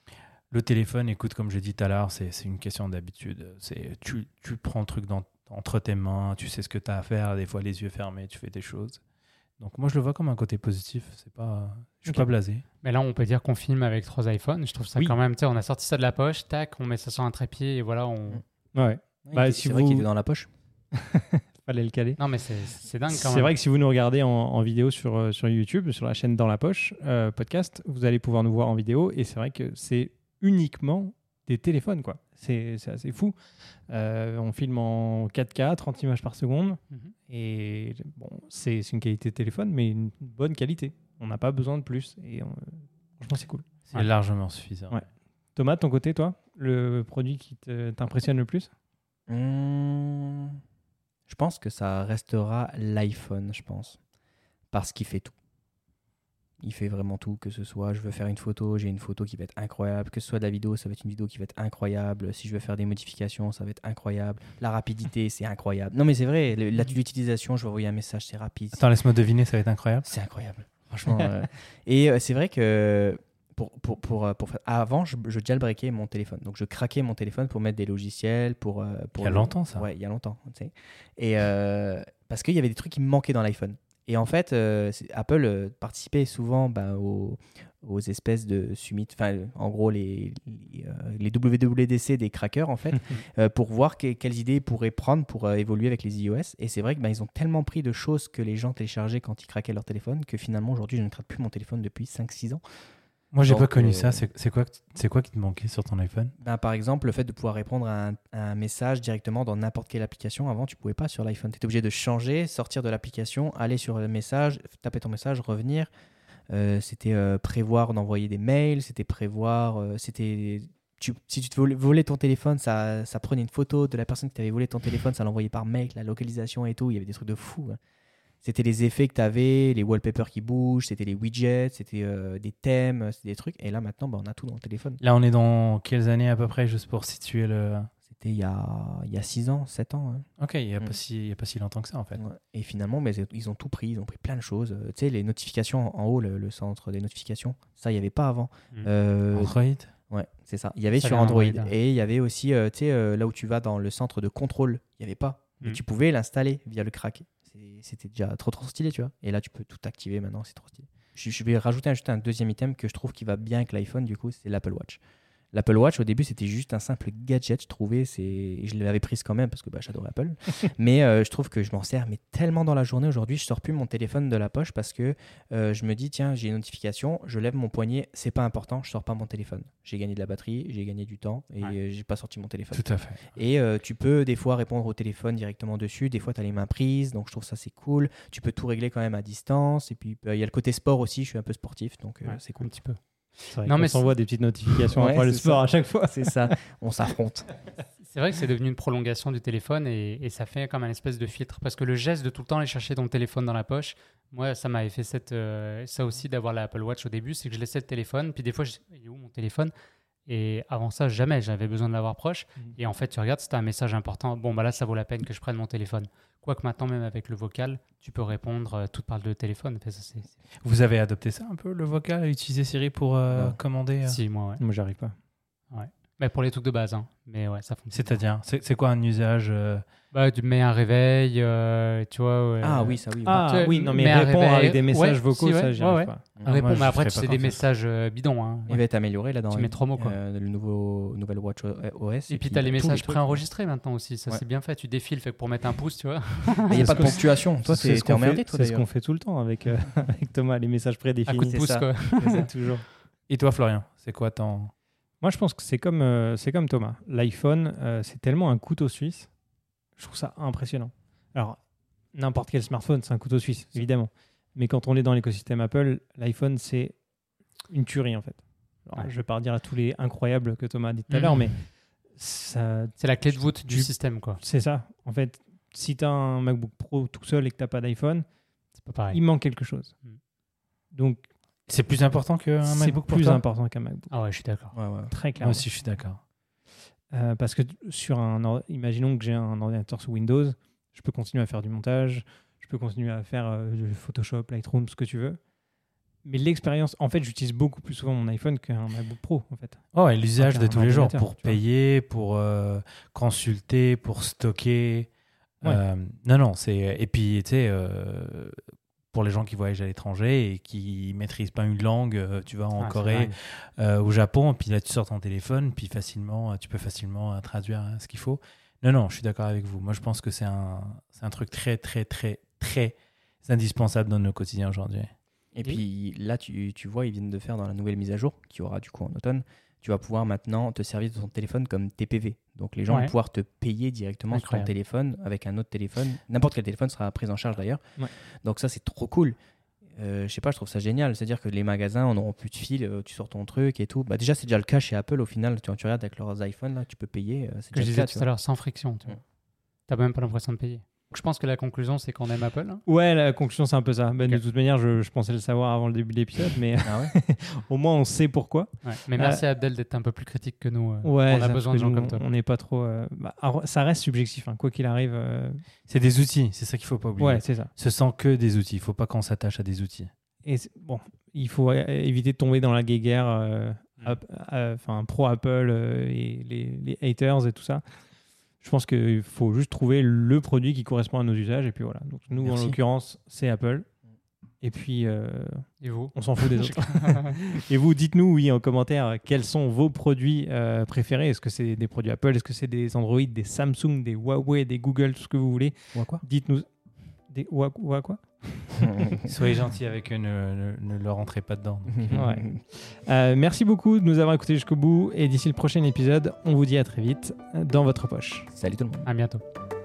[SPEAKER 2] Le téléphone, écoute, comme j'ai dit tout à l'heure, c'est, c'est une question d'habitude. C'est, tu, tu prends le truc dans, entre tes mains. Tu sais ce que tu as à faire. Des fois, les yeux fermés, tu fais des choses. Donc moi, je le vois comme un côté positif. C'est pas, je suis
[SPEAKER 1] Ok.
[SPEAKER 2] pas blasé.
[SPEAKER 4] Mais là, on peut dire qu'on filme avec trois iPhones. Je trouve ça
[SPEAKER 1] Oui.
[SPEAKER 4] quand même, tu sais, on a sorti ça de la poche, tac, on met ça sur un trépied et voilà, on...
[SPEAKER 1] Ouais,
[SPEAKER 3] Ouais,
[SPEAKER 1] Bah,
[SPEAKER 3] c'est
[SPEAKER 1] si
[SPEAKER 3] c'est vrai
[SPEAKER 1] vous-
[SPEAKER 3] qu'il est dans la poche.
[SPEAKER 1] fallait le caler.
[SPEAKER 4] Non, mais c'est, c'est dingue quand
[SPEAKER 1] C'est
[SPEAKER 4] même.
[SPEAKER 1] vrai que si vous nous regardez en, en vidéo sur, euh, sur YouTube, sur la chaîne Dans la Poche euh, podcast, vous allez pouvoir nous voir en vidéo. Et c'est vrai que c'est uniquement des téléphones, quoi. C'est, c'est assez fou. Euh, on filme en quatre K, trente images par seconde.
[SPEAKER 4] Mhm.
[SPEAKER 1] Et bon, c'est, c'est une qualité de téléphone, mais une bonne qualité. On n'a pas besoin de plus. Et on- franchement, c'est cool.
[SPEAKER 2] C'est
[SPEAKER 4] Ouais.
[SPEAKER 2] largement suffisant.
[SPEAKER 1] Ouais. Thomas, de ton côté, toi, le produit qui te- t'impressionne le plus?
[SPEAKER 3] Mmh, je pense que ça restera l'iPhone, je pense. Parce qu'il fait tout. Il fait vraiment tout, que ce soit je veux faire une photo, j'ai une photo qui va être incroyable, que ce soit de la vidéo, ça va être une vidéo qui va être incroyable, si je veux faire des modifications, ça va être incroyable, la rapidité, c'est incroyable. Non mais c'est vrai, le- la- l'utilisation, je vais envoyer un message, c'est rapide,
[SPEAKER 2] Attends, laisse-moi deviner, ça va être incroyable.
[SPEAKER 3] c'est incroyable. Franchement. euh, Et euh, c'est vrai que pour, pour, pour, euh, pour faire- avant, je, je jailbreakais mon téléphone. Donc je craquais mon téléphone pour mettre des logiciels, pour... euh, pour
[SPEAKER 2] Il y a
[SPEAKER 3] le-
[SPEAKER 2] longtemps, ça.
[SPEAKER 3] Ouais, il y a longtemps. Tu sais. Et euh, parce qu'il y avait des trucs qui me manquaient dans l'iPhone. Et en fait, euh, c'est- Apple euh, participait souvent ben, aux, aux espèces de summit, enfin, euh, en gros, les, les, euh, les W W D C des crackers, en fait, euh, pour voir que- quelles idées ils pourraient prendre pour euh, évoluer avec les iOS. Et c'est vrai que ben, ils ont tellement pris de choses que les gens téléchargeaient quand ils craquaient leur téléphone que finalement, aujourd'hui, je ne craque plus mon téléphone depuis cinq six ans.
[SPEAKER 2] Moi, j'ai
[SPEAKER 3] Donc,
[SPEAKER 2] pas connu
[SPEAKER 3] euh,
[SPEAKER 2] ça. C'est c'est quoi, que- c'est quoi qui te manquait sur ton iPhone?
[SPEAKER 3] Ben, par exemple, le fait de pouvoir répondre à un, à un message directement dans n'importe quelle application. Avant, tu pouvais pas sur l'iPhone. Tu étais obligé de changer, sortir de l'application, aller sur le message, taper ton message, revenir. Euh, c'était euh, prévoir d'envoyer des mails, c'était prévoir... euh, c'était tu- si tu te volais, volais ton téléphone, ça, ça prenait une photo de la personne qui t'avait volé ton téléphone, ça l'envoyait par mail, la localisation et tout. Il y avait des trucs de fou. Hein. C'était les effets que tu avais, les wallpapers qui bougent, c'était les widgets, c'était euh, des thèmes, c'était des trucs. Et là, maintenant, ben, on a tout dans le téléphone.
[SPEAKER 2] Là, on est dans quelles années à peu près, juste pour situer le.
[SPEAKER 3] C'était il y a, il y a six ans, sept ans. Hein.
[SPEAKER 2] Ok, il n'y a,
[SPEAKER 3] Mm.
[SPEAKER 2] pas si- il y a pas si longtemps que ça, en fait.
[SPEAKER 3] Ouais. Et finalement, mais ils ont tout pris, ils ont pris plein de choses. Euh, tu sais, les notifications en haut, le, le centre des notifications, ça, il n'y avait pas avant.
[SPEAKER 4] Mm.
[SPEAKER 3] Euh,
[SPEAKER 2] Android.
[SPEAKER 3] ouais, c'est ça. Il y avait
[SPEAKER 4] Ça
[SPEAKER 3] sur
[SPEAKER 4] vient
[SPEAKER 3] Android.
[SPEAKER 4] Android, ouais.
[SPEAKER 3] Et il y avait aussi, euh, tu sais, euh, là où tu vas dans le centre de contrôle, il n'y avait pas. Mais
[SPEAKER 4] Mm.
[SPEAKER 3] tu pouvais l'installer via le crack. C'est- C'était déjà trop, trop stylé, tu vois. Et là, tu peux tout activer maintenant, c'est trop stylé. Je, je vais rajouter un, juste un deuxième item que je trouve qui va bien avec l'iPhone, du coup, c'est l'Apple Watch. L'Apple Watch, au début, c'était juste un simple gadget, je trouvais. C'est... et je l'avais prise quand même parce que bah, j'adore Apple. mais euh, je trouve que je m'en sers mais tellement dans la journée. Aujourd'hui, je sors plus mon téléphone de la poche parce que euh, je me dis, tiens, j'ai une notification, je lève mon poignet, c'est pas important, je sors pas mon téléphone. J'ai gagné de la batterie, j'ai gagné du temps et
[SPEAKER 4] Ouais.
[SPEAKER 3] euh, j'ai pas sorti mon téléphone.
[SPEAKER 2] Tout à fait.
[SPEAKER 3] Et euh, tu peux des fois répondre au téléphone directement dessus. Des fois, tu as les mains prises. Donc, je trouve ça, c'est cool. Tu peux tout régler quand même à distance. Et puis, euh, il y a le côté sport aussi. Je suis un peu sportif. Donc, euh,
[SPEAKER 4] Ouais,
[SPEAKER 3] c'est cool.
[SPEAKER 4] un petit peu.
[SPEAKER 1] C'est vrai
[SPEAKER 4] Non,
[SPEAKER 1] qu'on
[SPEAKER 4] mais
[SPEAKER 1] s'envoie des petites notifications
[SPEAKER 3] Ouais,
[SPEAKER 1] après le
[SPEAKER 3] c'est
[SPEAKER 1] sport
[SPEAKER 3] ça.
[SPEAKER 1] à chaque fois.
[SPEAKER 3] C'est ça. On s'affronte.
[SPEAKER 4] C'est vrai que c'est devenu une prolongation du téléphone et, et ça fait comme un espèce de filtre. Parce que le geste de tout le temps aller chercher ton téléphone dans la poche, moi, ça m'avait fait cette, euh, ça aussi d'avoir l'Apple Watch au début, c'est que je laissais le téléphone, puis des fois, je, il est où mon téléphone? Et avant ça, jamais, j'avais besoin de l'avoir proche. Et en fait, tu regardes, c'était un message important. Bon, bah là, ça vaut la peine que je prenne mon téléphone. Quoique maintenant, même avec le vocal, tu peux répondre, euh, tout par le téléphone. Enfin, ça, c'est, c'est-
[SPEAKER 2] Vous avez adopté ça un peu, le vocal, utiliser Siri pour euh,
[SPEAKER 3] Non.
[SPEAKER 2] commander euh,
[SPEAKER 4] Si, moi, ouais.
[SPEAKER 1] Moi, j'arrive pas.
[SPEAKER 4] Mais pour les trucs de base, hein. Mais ouais, ça fonctionne.
[SPEAKER 2] C'est-à-dire, c'est c'est quoi un usage euh,
[SPEAKER 4] Bah, tu mets un réveil, euh, tu vois. ouais.
[SPEAKER 3] Ah oui, ça oui.
[SPEAKER 1] Ah
[SPEAKER 4] Tu-
[SPEAKER 1] oui, non, mais,
[SPEAKER 4] mais un
[SPEAKER 1] répondre
[SPEAKER 4] réveil-
[SPEAKER 1] avec des messages
[SPEAKER 4] ouais,
[SPEAKER 1] vocaux,
[SPEAKER 4] si, ouais,
[SPEAKER 1] ça, j'y
[SPEAKER 4] ouais,
[SPEAKER 1] arrive
[SPEAKER 4] ouais.
[SPEAKER 1] pas.
[SPEAKER 4] Un réponse,
[SPEAKER 2] moi, je
[SPEAKER 4] mais après,
[SPEAKER 2] ferais
[SPEAKER 4] tu
[SPEAKER 2] pas
[SPEAKER 4] sais, des
[SPEAKER 2] confiance.
[SPEAKER 4] messages euh, bidons. Hein.
[SPEAKER 3] Il va être amélioré là dans
[SPEAKER 4] Tu mets trois mots, quoi.
[SPEAKER 3] euh, le nouveau nouvelle Watch O S.
[SPEAKER 4] Et puis,
[SPEAKER 3] il
[SPEAKER 4] tu as
[SPEAKER 3] y
[SPEAKER 4] les
[SPEAKER 3] a tous
[SPEAKER 4] messages
[SPEAKER 3] trucs.
[SPEAKER 4] préenregistrés maintenant aussi. Ça,
[SPEAKER 3] Ouais.
[SPEAKER 4] c'est bien fait. Tu défiles, fait que pour mettre un pouce, tu vois.
[SPEAKER 3] Il n'y a
[SPEAKER 1] C'est
[SPEAKER 3] pas
[SPEAKER 1] ce
[SPEAKER 3] de
[SPEAKER 1] qu'on-
[SPEAKER 3] ponctuation. Toi,
[SPEAKER 1] C'est
[SPEAKER 3] t'es
[SPEAKER 1] ce
[SPEAKER 3] t'es
[SPEAKER 1] qu'on
[SPEAKER 3] emmerdé,
[SPEAKER 1] fait,
[SPEAKER 3] toi
[SPEAKER 1] c'est ce
[SPEAKER 3] d'ailleurs.
[SPEAKER 1] qu'on fait tout le temps avec, euh, avec Thomas, les messages
[SPEAKER 4] À
[SPEAKER 1] prédéfinis.
[SPEAKER 4] coup de
[SPEAKER 3] C'est
[SPEAKER 4] pouce,
[SPEAKER 3] ça.
[SPEAKER 4] quoi.
[SPEAKER 1] C'est toujours.
[SPEAKER 2] Et toi, Florian, c'est quoi ton.
[SPEAKER 1] Moi, je pense que c'est comme, euh, c'est comme Thomas. L'iPhone, euh, c'est tellement un couteau suisse. Je trouve ça impressionnant. Alors, n'importe quel smartphone, c'est un couteau suisse, évidemment. Mais quand on est dans l'écosystème Apple, l'iPhone, c'est une tuerie, en fait. Alors,
[SPEAKER 4] Ouais.
[SPEAKER 1] Je ne vais pas redire à tous les incroyables que Thomas a dit tout à
[SPEAKER 4] Mhm.
[SPEAKER 1] l'heure, mais ça,
[SPEAKER 4] C'est la clé de voûte du
[SPEAKER 1] Tu-
[SPEAKER 4] système, quoi.
[SPEAKER 1] c'est ça. En fait, si tu as un MacBook Pro tout seul et que tu n'as pas d'iPhone,
[SPEAKER 4] C'est pas pareil.
[SPEAKER 1] il manque quelque chose.
[SPEAKER 4] Mhm.
[SPEAKER 1] Donc,
[SPEAKER 2] C'est plus important qu'un
[SPEAKER 1] c'est
[SPEAKER 2] MacBook pour
[SPEAKER 1] plus
[SPEAKER 2] toi
[SPEAKER 1] important qu'un MacBook.
[SPEAKER 4] Ah ouais, je suis d'accord.
[SPEAKER 3] Ouais, ouais.
[SPEAKER 1] Très
[SPEAKER 2] Moi
[SPEAKER 1] clairement.
[SPEAKER 2] aussi, je suis d'accord.
[SPEAKER 1] Euh, parce que sur un, or- imaginons que j'ai un ordinateur sous Windows, je peux continuer à faire du montage, je peux continuer à faire euh, du Photoshop, Lightroom, ce que tu veux. Mais l'expérience, en fait, j'utilise beaucoup plus souvent mon iPhone qu'un MacBook Pro, en fait.
[SPEAKER 2] Oh, et l'usage
[SPEAKER 1] Ah,
[SPEAKER 2] de
[SPEAKER 1] un
[SPEAKER 2] tous les jours
[SPEAKER 1] ordinateur,
[SPEAKER 2] pour
[SPEAKER 1] tu vois.
[SPEAKER 2] payer, pour euh, consulter, pour stocker.
[SPEAKER 1] Ouais.
[SPEAKER 2] Euh, non, non, c'est. Et puis, tu sais, euh, pour les gens qui voyagent à l'étranger et qui maîtrisent pas une langue, euh, tu vas en
[SPEAKER 4] Ah, c'est
[SPEAKER 2] Corée,
[SPEAKER 4] dingue.
[SPEAKER 2] euh, au Japon, puis là, tu sors ton téléphone, puis facilement, tu peux facilement euh, traduire hein, ce qu'il faut. Non, non, je suis d'accord avec vous. Moi, je pense que c'est un, c'est un truc très, très, très, très indispensable dans nos quotidiens aujourd'hui.
[SPEAKER 3] Et puis là, tu, tu vois, ils viennent de faire dans la nouvelle mise à jour, qui aura du coup en automne, tu vas pouvoir maintenant te servir de ton téléphone comme T P V. Donc les gens
[SPEAKER 4] Ouais.
[SPEAKER 3] vont pouvoir te payer directement sur ton
[SPEAKER 4] Incroyable.
[SPEAKER 3] téléphone avec un autre téléphone. N'importe quel téléphone sera pris en charge d'ailleurs.
[SPEAKER 1] Ouais.
[SPEAKER 3] Donc ça, c'est trop cool. Euh, je sais pas, je trouve ça génial. C'est-à-dire que les magasins, on n'aura plus de fil, euh, tu sors ton truc et tout. Bah, déjà, c'est déjà le cas chez Apple au final. Tu, tu regardes avec leurs iPhones, là, tu peux payer. euh, c'est
[SPEAKER 4] Que je
[SPEAKER 3] déjà le
[SPEAKER 4] disais
[SPEAKER 3] cas.
[SPEAKER 4] tout
[SPEAKER 3] tu
[SPEAKER 4] à
[SPEAKER 3] vois.
[SPEAKER 4] l'heure, sans friction. Tu
[SPEAKER 3] Mm.
[SPEAKER 4] n'as même pas l'impression de payer. Donc, je pense que la conclusion, c'est qu'on aime Apple. hein.
[SPEAKER 1] Ouais, la conclusion, c'est un peu ça. Ben, De
[SPEAKER 4] Ok.
[SPEAKER 1] toute manière, je, je pensais le savoir avant le début de l'épisode, mais
[SPEAKER 3] Ah ouais
[SPEAKER 1] au moins, on sait pourquoi.
[SPEAKER 4] Ouais. Mais merci à Abdel d'être un peu plus critique que nous. euh.
[SPEAKER 1] Ouais,
[SPEAKER 4] on
[SPEAKER 1] ça,
[SPEAKER 4] a besoin de
[SPEAKER 1] parce que
[SPEAKER 4] gens
[SPEAKER 1] nous,
[SPEAKER 4] comme toi.
[SPEAKER 1] On n'est pas trop. euh, bah, alors, ça reste subjectif, hein, quoi qu'il arrive. euh,
[SPEAKER 2] C'est des outils, c'est ça qu'il faut pas oublier.
[SPEAKER 1] Ouais, c'est ça.
[SPEAKER 2] Ce sont que des outils. Il faut pas qu'on s'attache à des outils.
[SPEAKER 1] Et c'est- bon, il faut euh, éviter de tomber dans la guéguerre, euh,
[SPEAKER 2] Mm.
[SPEAKER 1] App- euh, enfin pro Apple euh, et les, les haters et tout ça. Je pense qu'il faut juste trouver le produit qui correspond à nos usages et puis voilà. Donc nous,
[SPEAKER 3] Merci.
[SPEAKER 1] en l'occurrence, c'est Apple. Et puis, euh,
[SPEAKER 4] Et vous
[SPEAKER 1] on s'en fout des autres. Et vous, dites-nous, oui, en commentaire, quels sont vos produits euh, préférés. Est-ce que c'est des produits Apple? Est-ce que c'est des Android, des Samsung, des Huawei, des Google, tout ce que vous voulez?
[SPEAKER 3] Ou quoi
[SPEAKER 1] Dites-nous. Des Wa- Wa- quoi
[SPEAKER 2] Soyez gentils avec eux, ne, ne, ne leur entrez pas dedans.
[SPEAKER 1] Ouais. Euh, merci beaucoup de nous avoir écoutés jusqu'au bout. Et d'ici le prochain épisode, on vous dit à très vite dans votre poche.
[SPEAKER 3] Salut tout le monde.
[SPEAKER 4] À bientôt.